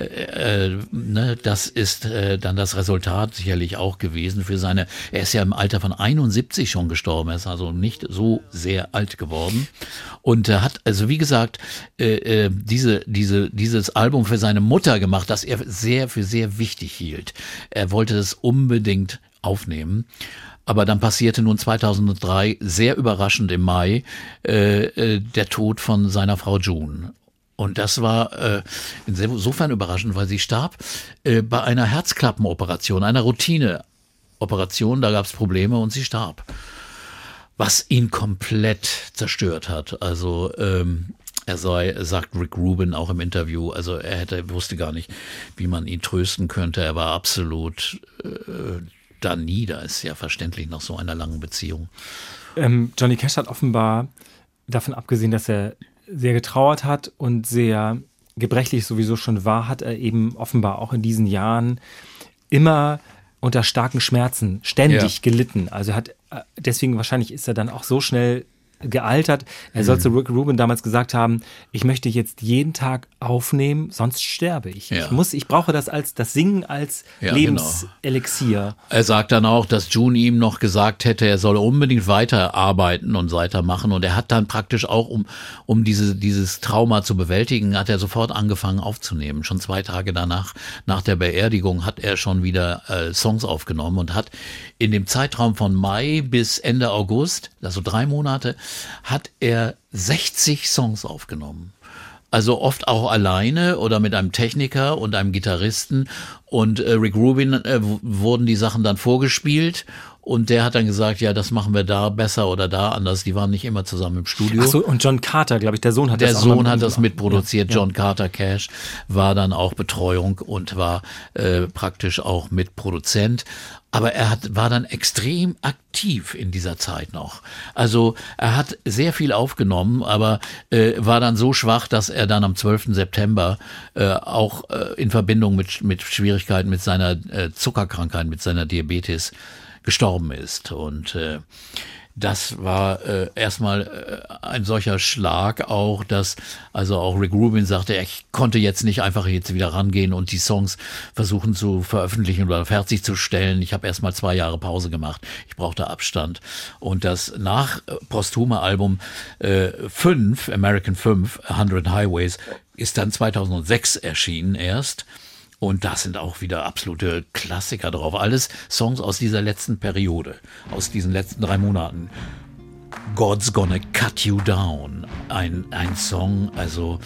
Das ist dann das Resultat sicherlich auch gewesen er ist ja im Alter von 71 schon gestorben. Er ist also nicht so sehr alt geworden und hat also wie gesagt dieses Album für seine Mutter gemacht, das er für sehr wichtig hielt. Er wollte es unbedingt aufnehmen. Aber dann passierte nun 2003 sehr überraschend im Mai der Tod von seiner Frau June. Und das war insofern überraschend, weil sie starb bei einer Herzklappenoperation, einer Routineoperation. Da gab es Probleme und sie starb. Was ihn komplett zerstört hat. Also sagt Rick Rubin auch im Interview, also er wusste gar nicht, wie man ihn trösten könnte. Er war absolut da nieder, ist ja verständlich nach so einer langen Beziehung. Johnny Cash hat offenbar davon abgesehen, dass er sehr getrauert hat und sehr gebrechlich sowieso schon war, hat er eben offenbar auch in diesen Jahren immer unter starken Schmerzen ständig gelitten. Also deswegen wahrscheinlich ist er dann auch so schnell gealtert. Er soll zu Rick Rubin damals gesagt haben, ich möchte jetzt jeden Tag aufnehmen, sonst sterbe ich. Ja. Ich brauche das Singen als Lebenselixier. Genau. Er sagt dann auch, dass June ihm noch gesagt hätte, er solle unbedingt weiterarbeiten und weitermachen. Und er hat dann praktisch auch, um dieses Trauma zu bewältigen, hat er sofort angefangen aufzunehmen. Schon 2 Tage danach, nach der Beerdigung, hat er schon wieder Songs aufgenommen und hat in dem Zeitraum von Mai bis Ende August, also 3 Monate, hat er 60 Songs aufgenommen. Also oft auch alleine oder mit einem Techniker und einem Gitarristen. Und Rick Rubin wurden die Sachen dann vorgespielt. Und der hat dann gesagt, ja, das machen wir da besser oder da anders. Die waren nicht immer zusammen im Studio. Ach so, und John Carter, glaube ich, der Sohn hat das mitproduziert. Ja. John Carter Cash war dann auch Betreuung und war praktisch auch Mitproduzent. Aber er war dann extrem aktiv in dieser Zeit noch. Also er hat sehr viel aufgenommen, aber war dann so schwach, dass er dann am 12. September auch in Verbindung mit Schwierigkeiten mit seiner Zuckerkrankheit, mit seiner Diabetes gestorben ist. Und das war erstmal ein solcher Schlag auch, dass also auch Rick Rubin sagte, ich konnte jetzt nicht einfach jetzt wieder rangehen und die Songs versuchen zu veröffentlichen oder fertigzustellen. Ich habe erstmal 2 Jahre Pause gemacht. Ich brauchte Abstand. Und das posthume Album 5, American 5, 100 Highways, ist dann 2006 erschienen erst. Und da sind auch wieder absolute Klassiker drauf. Alles Songs aus dieser letzten Periode, aus diesen letzten 3 Monaten. God's Gonna Cut You Down. Ein Song, also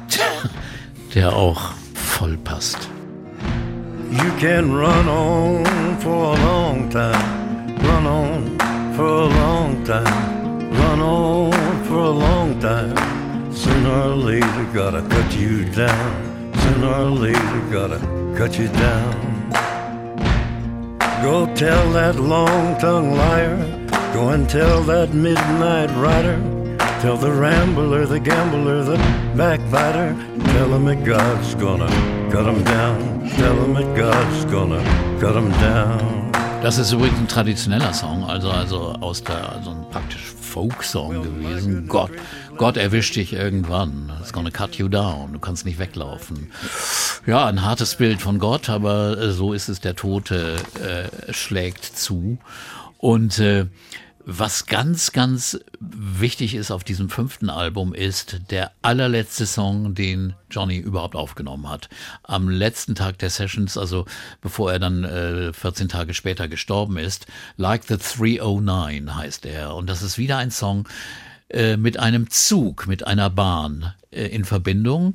der auch voll passt. You can run on for a long time, run on for a long time, run on for a long time. Sooner or later gotta cut you down. Sooner or later gotta cut you down. Go tell that long-tongued liar, go and tell that midnight rider, tell the rambler, the gambler, the backbiter, tell him that God's gonna cut him down, tell him that God's gonna cut him down. Das ist übrigens ein traditioneller Song, also ein praktisch Folk-Song gewesen. Gott erwischt dich irgendwann. It's gonna cut you down. Du kannst nicht weglaufen. Ja, ein hartes Bild von Gott, aber so ist es. Der Tote schlägt zu. Und Was ganz, ganz wichtig ist auf diesem 5. Album ist der allerletzte Song, den Johnny überhaupt aufgenommen hat. Am letzten Tag der Sessions, also bevor er dann 14 Tage später gestorben ist, Like the 309 heißt er. Und das ist wieder ein Song mit einem Zug, mit einer Bahn in Verbindung.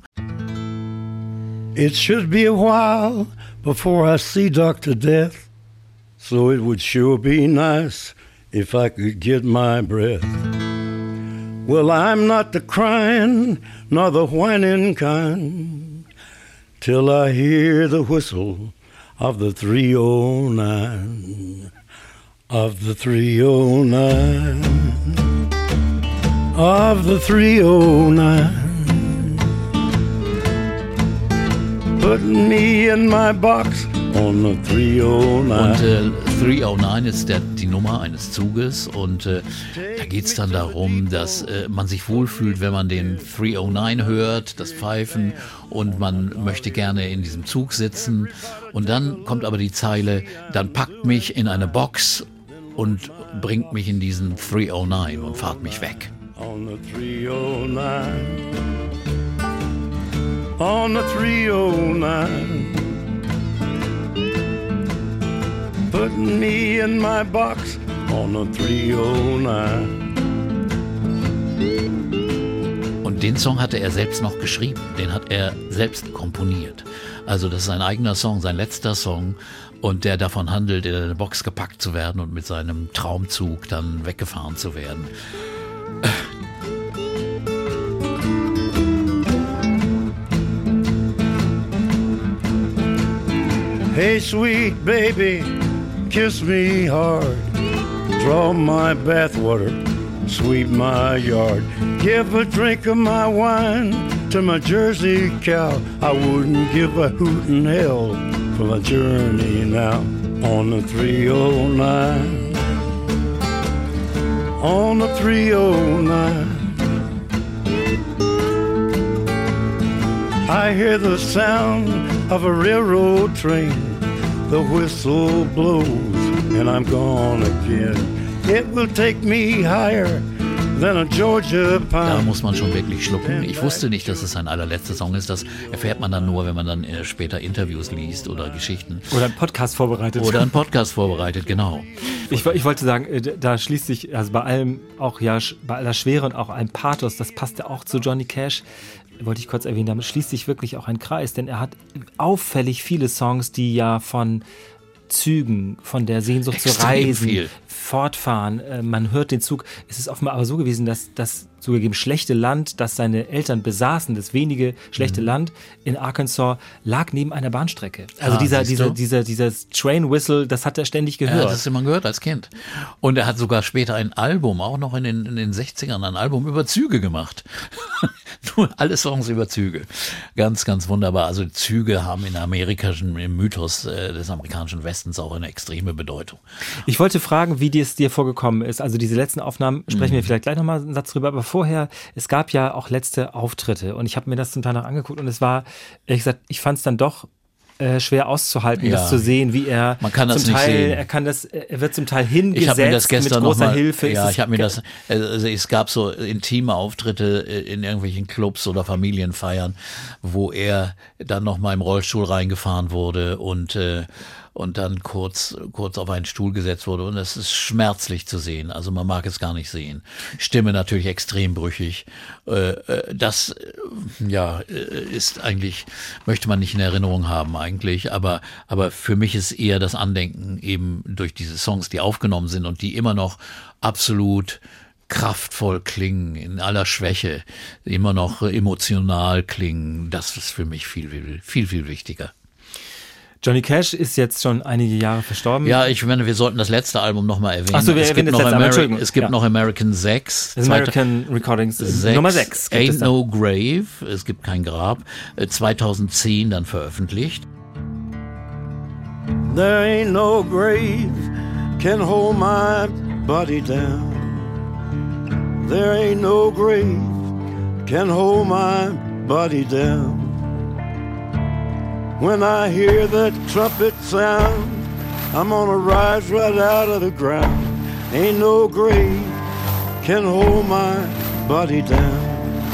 It should be a while before I see Dr. Death, so it would sure be nice if I could get my breath. Well, I'm not the crying nor the whining kind, till I hear the whistle of the 309, of the 309, of the 309. Putting me in my box on the 309. Und 309 ist die Nummer eines Zuges und da geht es dann darum, dass man sich wohlfühlt, wenn man den 309 hört, das Pfeifen, und man möchte gerne in diesem Zug sitzen. Und dann kommt aber die Zeile, dann packt mich in eine Box und bringt mich in diesen 309 und fahrt mich weg. On the 309. On the 309, putting me in my box on the 309. Und den Song hatte er selbst noch geschrieben, den hat er selbst komponiert. Also das ist sein eigener Song, sein letzter Song, und der davon handelt, in eine Box gepackt zu werden und mit seinem Traumzug dann weggefahren zu werden. Hey, sweet baby, kiss me hard. Draw my bathwater, sweep my yard. Give a drink of my wine to my Jersey cow. I wouldn't give a hoot in hell for my journey now. On the 309, on the 309. I hear the sound of a railroad train. The whistle blows and I'm gone again. It will take me higher than a Georgia pine. Da muss man schon wirklich schlucken. Ich wusste nicht, dass es sein allerletzter Song ist. Das erfährt man dann nur, wenn man dann später Interviews liest oder Geschichten. Oder einen Podcast vorbereitet. Oder einen Podcast vorbereitet, genau. Ich wollte sagen, da schließt sich, also bei allem auch, ja, bei aller Schwere und auch einem Pathos, das passte auch zu Johnny Cash, wollte ich kurz erwähnen, damit schließt sich wirklich auch ein Kreis, denn er hat auffällig viele Songs, die ja von Zügen, von der Sehnsucht zu reisen, fortfahren. Man hört den Zug. Es ist offenbar aber so gewesen, dass das zugegeben schlechte Land, das seine Eltern besaßen, das wenige schlechte Land in Arkansas, lag neben einer Bahnstrecke. Also dieser Train Whistle, das hat er ständig gehört. Ja, das hat man gehört als Kind. Und er hat sogar später ein Album, auch noch in den 60ern, ein Album über Züge gemacht. Nur alle Songs über Züge. Ganz, ganz wunderbar. Also Züge haben im Mythos des amerikanischen Westens auch eine extreme Bedeutung. Ich wollte fragen, wie es dir vorgekommen ist. Also diese letzten Aufnahmen, sprechen wir vielleicht gleich nochmal einen Satz drüber, aber vorher, es gab ja auch letzte Auftritte und ich habe mir das zum Teil noch angeguckt und es war, ehrlich gesagt, ich fand es dann doch schwer auszuhalten, das zu sehen, wie er man kann das zum nicht Teil, sehen. Er wird zum Teil hingesetzt ich habe mir das gestern mit großer noch mal, Hilfe. Ja, ich habe mir das, also es gab so intime Auftritte in irgendwelchen Clubs oder Familienfeiern, wo er dann noch mal im Rollstuhl reingefahren wurde und dann kurz auf einen Stuhl gesetzt wurde, und es ist schmerzlich zu sehen. Also man mag es gar nicht sehen. Stimme natürlich extrem brüchig. Das ist eigentlich, möchte man nicht in Erinnerung haben eigentlich, aber für mich ist eher das Andenken eben durch diese Songs, die aufgenommen sind und die immer noch absolut kraftvoll klingen, in aller Schwäche, immer noch emotional klingen. Das ist für mich viel, viel, viel wichtiger. Johnny Cash ist jetzt schon einige Jahre verstorben. Ja, ich meine, wir sollten das letzte Album nochmal erwähnen. Achso, es gibt noch American 6. American Recordings 6, Nummer 6. Ain't No Grave, es gibt kein Grab. 2010 dann veröffentlicht. There ain't no grave can hold my body down. There ain't no grave can hold my body down. When I hear that trumpet sound, I'm gonna rise right out of the ground. Ain't no grave can hold my body down.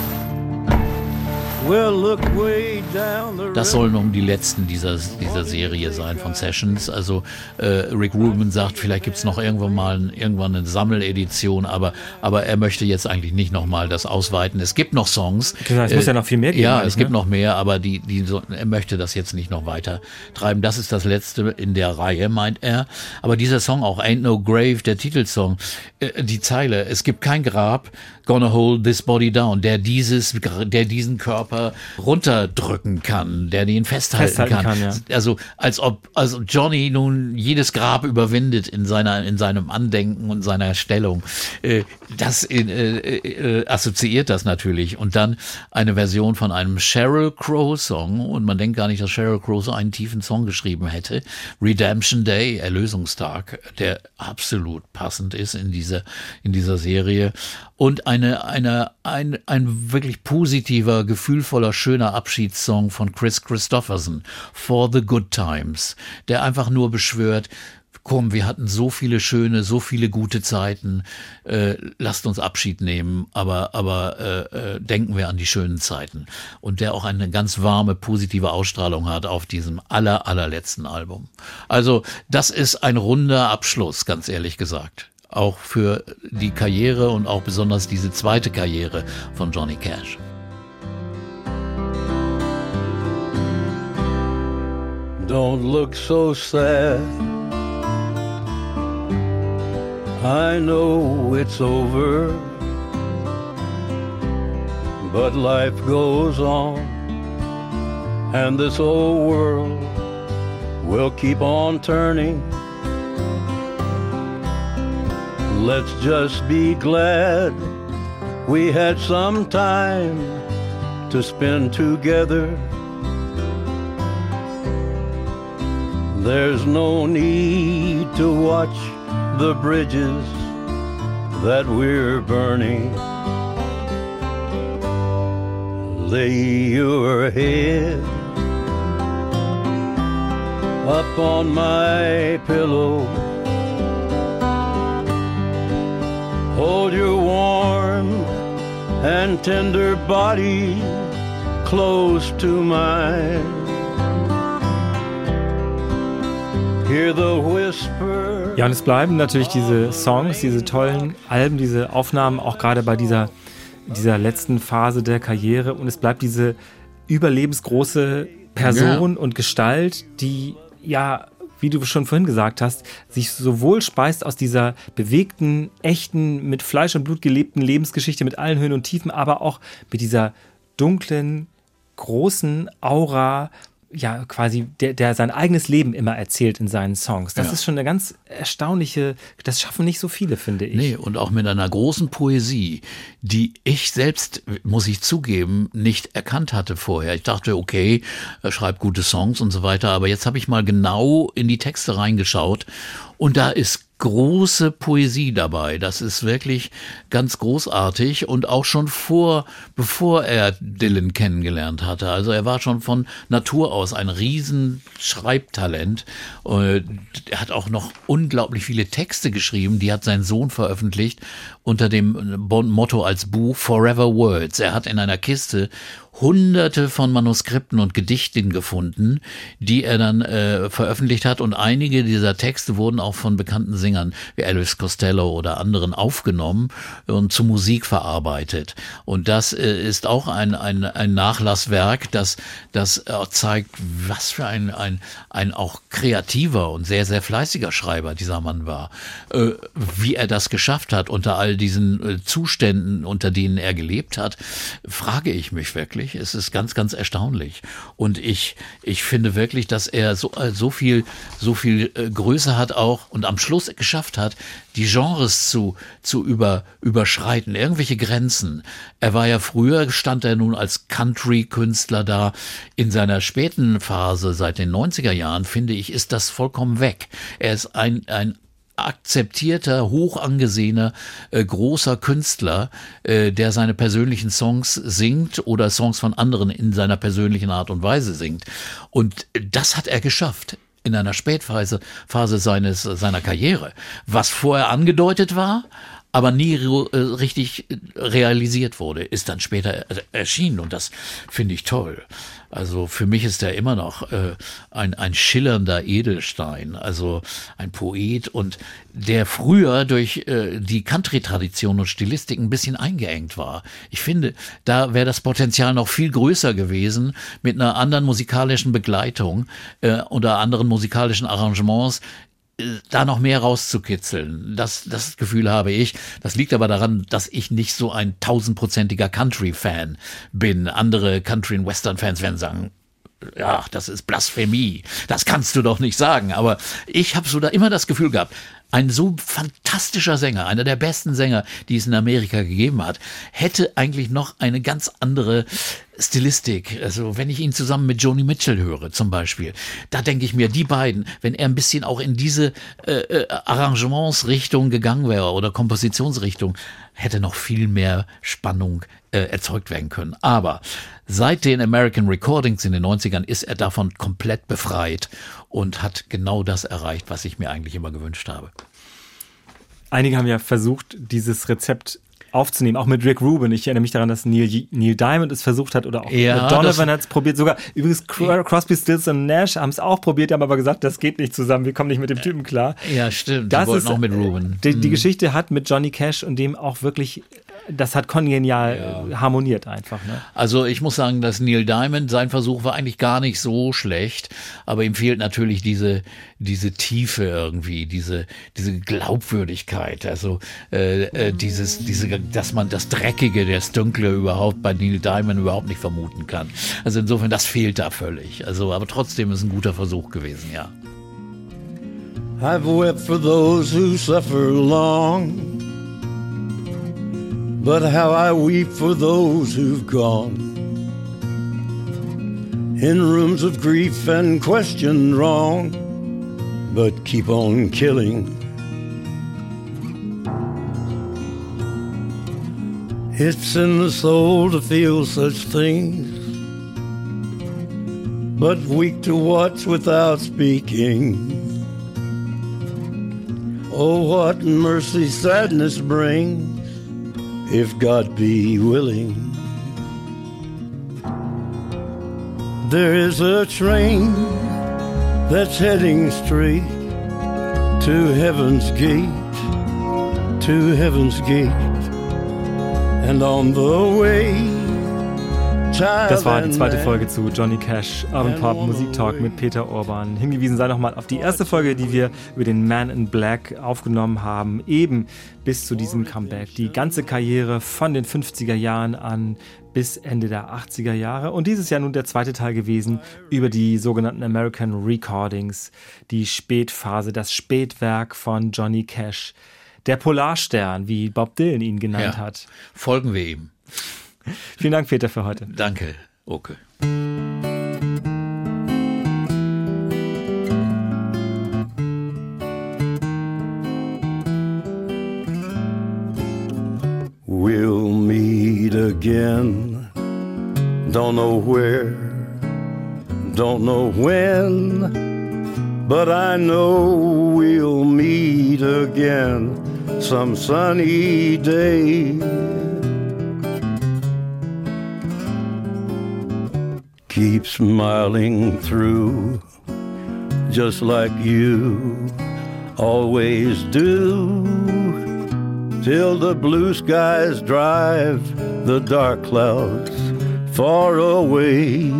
Well, look way down the Das sollen nun die letzten dieser Serie sein von Sessions. Also Rick Rubin sagt, vielleicht gibt's noch irgendwann eine Sammeledition, aber er möchte jetzt eigentlich nicht nochmal das ausweiten. Es gibt noch Songs. Genau, es muss ja noch viel mehr geben. Ja, es gibt noch mehr, aber er möchte das jetzt nicht noch weiter treiben. Das ist das letzte in der Reihe, meint er. Aber dieser Song auch, Ain't No Grave, der Titelsong, die Zeile, es gibt kein Grab, gonna hold this body down, der diesen Körper runterdrücken kann, der den festhalten kann. Ja. Also Johnny nun jedes Grab überwindet in seinem Andenken und seiner Stellung. Das assoziiert das natürlich. Und dann eine Version von einem Sheryl Crow Song, und man denkt gar nicht, dass Sheryl Crow so einen tiefen Song geschrieben hätte. Redemption Day, Erlösungstag, der absolut passend ist in dieser Serie. Und ein wirklich positiver, gefühlvoller, schöner Abschiedssong von Chris Christopherson, For the Good Times, der einfach nur beschwört, komm, wir hatten so viele schöne, so viele gute Zeiten, lasst uns Abschied nehmen, aber denken wir an die schönen Zeiten. Und der auch eine ganz warme, positive Ausstrahlung hat auf diesem allerletzten Album. Also das ist ein runder Abschluss, ganz ehrlich gesagt. Auch für die Karriere und auch besonders diese zweite Karriere von Johnny Cash. Don't look so sad. I know it's over, but life goes on, and this old world will keep on turning. Let's just be glad we had some time to spend together. There's no need to watch the bridges that we're burning. Lay your head up on my pillow. Hold your warm and tender body close to mine. Hear the whisper. Ja, und es bleiben natürlich diese Songs, diese tollen Alben, diese Aufnahmen, auch gerade bei dieser letzten Phase der Karriere. Und es bleibt diese überlebensgroße Person und Gestalt, die ja, wie du schon vorhin gesagt hast, sich sowohl speist aus dieser bewegten, echten, mit Fleisch und Blut gelebten Lebensgeschichte mit allen Höhen und Tiefen, aber auch mit dieser dunklen, großen Aura, ja, quasi, der sein eigenes Leben immer erzählt in seinen Songs. Das ist schon eine ganz erstaunliche, das schaffen nicht so viele, finde ich. Nee, und auch mit einer großen Poesie, die ich selbst, muss ich zugeben, nicht erkannt hatte vorher. Ich dachte, okay, er schreibt gute Songs und so weiter, aber jetzt habe ich mal genau in die Texte reingeschaut und da ist große Poesie dabei. Das ist wirklich ganz großartig und auch schon bevor er Dylan kennengelernt hatte. Also er war schon von Natur aus ein riesen Schreibtalent. Er hat auch noch unglaublich viele Texte geschrieben, die hat sein Sohn veröffentlicht unter dem Motto als Buch Forever Words. Er hat in einer Kiste Hunderte von Manuskripten und Gedichten gefunden, die er dann veröffentlicht hat, und einige dieser Texte wurden auch von bekannten Singern wie Elvis Costello oder anderen aufgenommen und zu Musik verarbeitet. Und das ist auch ein Nachlasswerk, das zeigt, was für ein auch kreativer und sehr, sehr fleißiger Schreiber dieser Mann war. Wie er das geschafft hat unter all diesen Zuständen, unter denen er gelebt hat, frage ich mich wirklich. Es ist ganz, ganz erstaunlich. Und ich finde wirklich, dass er so viel Größe hat auch und am Schluss geschafft hat, die Genres zu überschreiten, irgendwelche Grenzen. Er war ja früher, stand er nun als Country-Künstler da. In seiner späten Phase, seit den 90er Jahren, finde ich, ist das vollkommen weg. Er ist ein akzeptierter, hoch angesehener, großer Künstler, der seine persönlichen Songs singt oder Songs von anderen in seiner persönlichen Art und Weise singt. Und das hat er geschafft. in einer Spätphase seiner Karriere, was vorher angedeutet war, aber nie richtig realisiert wurde, ist dann später erschienen und das finde ich toll. Also für mich ist er immer noch ein schillernder Edelstein, also ein Poet und der früher durch die Country-Tradition und Stilistik ein bisschen eingeengt war. Ich finde, da wäre das Potenzial noch viel größer gewesen mit einer anderen musikalischen Begleitung oder anderen musikalischen Arrangements, da noch mehr rauszukitzeln. Das Gefühl habe ich. Das liegt aber daran, dass ich nicht so ein 1000%iger Country-Fan bin. Andere Country- und Western-Fans werden sagen, ja, das ist Blasphemie. Das kannst du doch nicht sagen. Aber ich habe so da immer das Gefühl gehabt, ein so fantastischer Sänger, einer der besten Sänger, die es in Amerika gegeben hat, hätte eigentlich noch eine ganz andere Stilistik. Also wenn ich ihn zusammen mit Joni Mitchell höre zum Beispiel, da denke ich mir, die beiden, wenn er ein bisschen auch in diese Arrangementsrichtung gegangen wäre oder Kompositionsrichtung, hätte noch viel mehr Spannung erzeugt werden können. Aber seit den American Recordings in den 90ern ist er davon komplett befreit und hat genau das erreicht, was ich mir eigentlich immer gewünscht habe. Einige haben ja versucht, dieses Rezept aufzunehmen, auch mit Rick Rubin. Ich erinnere mich daran, dass Neil Diamond es versucht hat oder auch Donovan hat es probiert. Sogar übrigens Crosby, Stills und Nash haben es auch probiert, haben aber gesagt, das geht nicht zusammen, wir kommen nicht mit dem Typen klar. Ja, stimmt. Die wollten auch mit Rubin. Die Geschichte hat mit Johnny Cash und dem auch wirklich, das hat kongenial harmoniert einfach. Ne? Also ich muss sagen, dass Neil Diamond, sein Versuch war eigentlich gar nicht so schlecht, aber ihm fehlt natürlich diese Tiefe irgendwie, diese Glaubwürdigkeit, also dass man das Dreckige, das Dunkle überhaupt bei Neil Diamond überhaupt nicht vermuten kann. Also insofern, das fehlt da völlig. Also, aber trotzdem ist ein guter Versuch gewesen, ja. I've wept for those who suffer long, but how I weep for those who've gone in rooms of grief and questioned wrong, but keep on killing. It's in the soul to feel such things, but weak to watch without speaking. Oh, what mercy sadness brings, if God be willing. There is a train that's heading straight to heaven's gate, to heaven's gate. And on the way, das war die zweite Folge zu Johnny Cash, Urban Pop Musik Talk mit Peter Urban. Hingewiesen sei nochmal auf die erste Folge, die wir über den Man in Black aufgenommen haben, eben bis zu diesem Comeback. Die ganze Karriere von den 50er Jahren an bis Ende der 80er Jahre. Und dieses Jahr nun der zweite Teil gewesen über die sogenannten American Recordings, die Spätphase, das Spätwerk von Johnny Cash. Der Polarstern, wie Bob Dylan ihn genannt hat. Folgen wir ihm. Vielen Dank, Peter, für heute. Danke, Oke. We'll meet again. Don't know where, don't know when, but I know we'll meet again some sunny day. Keep smiling through, just like you always do, till the blue skies drive the dark clouds far away.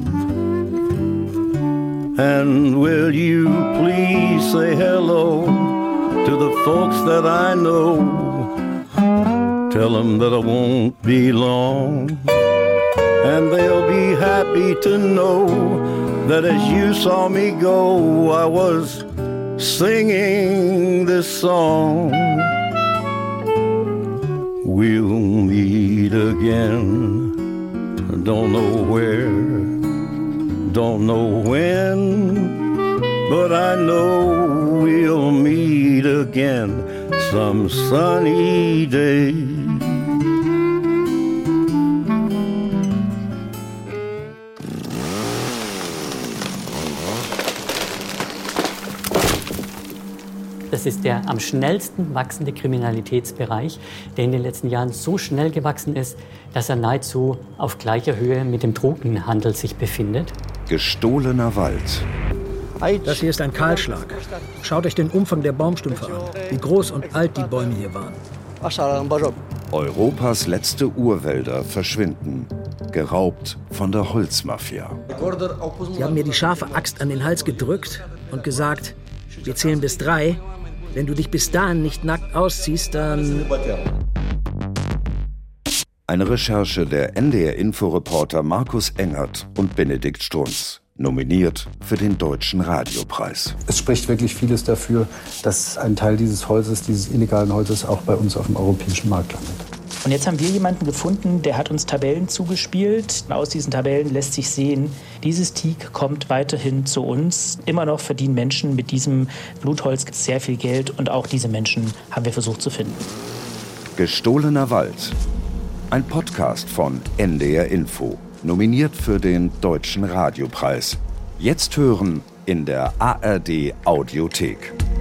And will you please say hello to the folks that I know? Tell them that I won't be long, and they'll be happy to know that as you saw me go, I was singing this song. We'll meet again, don't know where, don't know when, but I know we'll meet again some sunny day. Das ist der am schnellsten wachsende Kriminalitätsbereich, der in den letzten Jahren so schnell gewachsen ist, dass er nahezu auf gleicher Höhe mit dem Drogenhandel sich befindet. Gestohlener Wald. Das hier ist ein Kahlschlag. Schaut euch den Umfang der Baumstümpfe an, wie groß und alt die Bäume hier waren. Europas letzte Urwälder verschwinden, geraubt von der Holzmafia. Sie haben mir die scharfe Axt an den Hals gedrückt und gesagt, wir zählen bis 3. Wenn du dich bis dahin nicht nackt ausziehst, dann... Eine Recherche der NDR-Info-Reporter Markus Engert und Benedikt Strunz. Nominiert für den Deutschen Radiopreis. Es spricht wirklich vieles dafür, dass ein Teil dieses Holzes, dieses illegalen Holzes, auch bei uns auf dem europäischen Markt landet. Und jetzt haben wir jemanden gefunden, der hat uns Tabellen zugespielt. Aus diesen Tabellen lässt sich sehen, dieses Teak kommt weiterhin zu uns. Immer noch verdienen Menschen mit diesem Blutholz sehr viel Geld und auch diese Menschen haben wir versucht zu finden. Gestohlener Wald. Ein Podcast von NDR Info. Nominiert für den Deutschen Radiopreis. Jetzt hören in der ARD Audiothek.